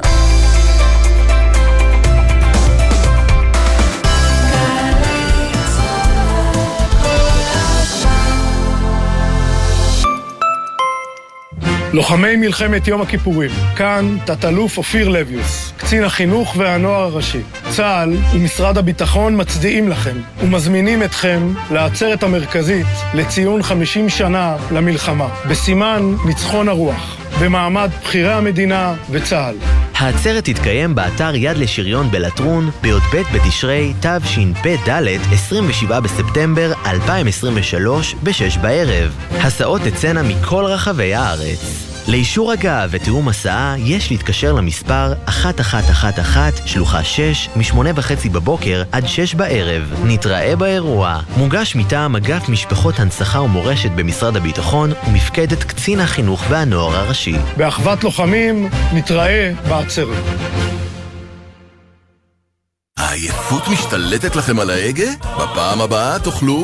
לוחמי מלחמת יום הכיפורים, כאן תת-אלוף אופיר לויוס, קצין החינוך והנוער הראשי. צה"ל ומשרד הביטחון מצדיעים לכם ומזמינים אתכם לעצרת המרכזית לציון חמישים שנה למלחמה, בסימן ניצחון הרוח, במעמד בחירי המדינה וצה"ל. העצרת תתקיים באתר יד לשריון בלטרון בי"ב בתשרי תשפ"ד עשרים ושבעה בספטמבר אלפיים עשרים ושלוש בשש בערב. הסעות תצאנה מכל רחבי הארץ. לאישור הגעה ותיאום הסעה יש להתקשר למספר אחת אחת אחת אחת שלוחה שש משמונה וחצי בבוקר עד שש בערב. נתראה באירוע. מוגש מטעם אגף משפחות הנצחה ומורשת במשרד הביטחון ומפקדת קצין החינוך והנוער הראשי. באחוות לוחמים נתראה בעצרת. העייפות משתלטת לכם על ההגה? בפעם הבאה תאכלו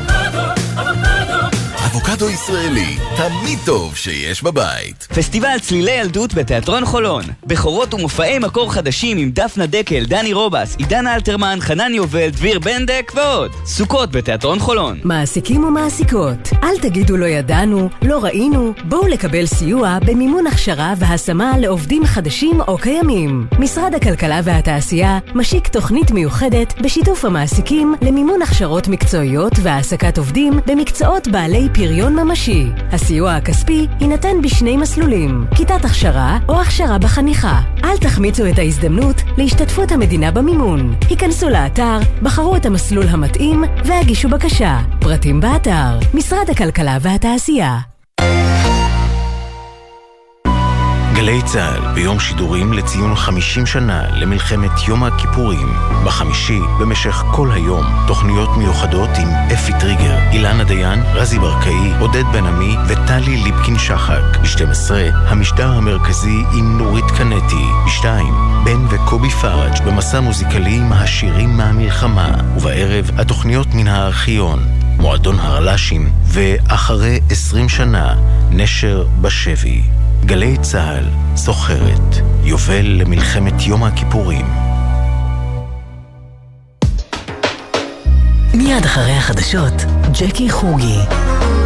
אבוקדו ישראלי, תמיד טוב שיש בבית. פסטיבל צלילי ילדות בתיאטרון חולון. בכורות ומופעי מקור חדשים עם דפנה דקל, דני רובס, עידן אלתרמן, חנן יובל, דביר בנדק ועוד. סוכות בתיאטרון חולון. מעסיקים ומעסיקות, אל תגידו לא ידענו, לא ראינו, בואו לקבל סיוע במימון הכשרה והשמה לעובדים חדשים או קיימים. משרד הכלכלה והתעשייה משיק תוכנית מיוחדת בשיתוף המעסיקים למימון הכשרות מקצועיות והעסקת עובדים במקצועות בעלי פריון ממשי. הסיוע הכספי יינתן בשני מסלולים, כיתת הכשרה או הכשרה בחניכה. אל תחמיצו את ההזדמנות להשתתפות המדינה במימון. היכנסו לאתר, בחרו את המסלול המתאים והגישו בקשה. פרטים באתר, משרד הכלכלה והתעשייה. גלי צהל ביום שידורים לציון חמישים שנה למלחמת יום הכיפורים. בחמישי, במשך כל היום, תוכניות מיוחדות עם אפי טריגר, אילנה דיין, רזי ברקאי, עודד בן עמי וטלי ליפקין שחק. ב-שתים עשרה, המשדר המרכזי עם נורית קנטי. ב-שתיים, בן וקובי פארג' במסע מוזיקלי עם השירים מהמלחמה. ובערב, התוכניות מן הארכיון. מועדון הרל"שים, ואחרי עשרים שנה, נשר בשבי. גלי צהל, זוכרת, יובל למלחמת יום הכיפורים. מיד אחרי החדשות, ג'קי חוגי.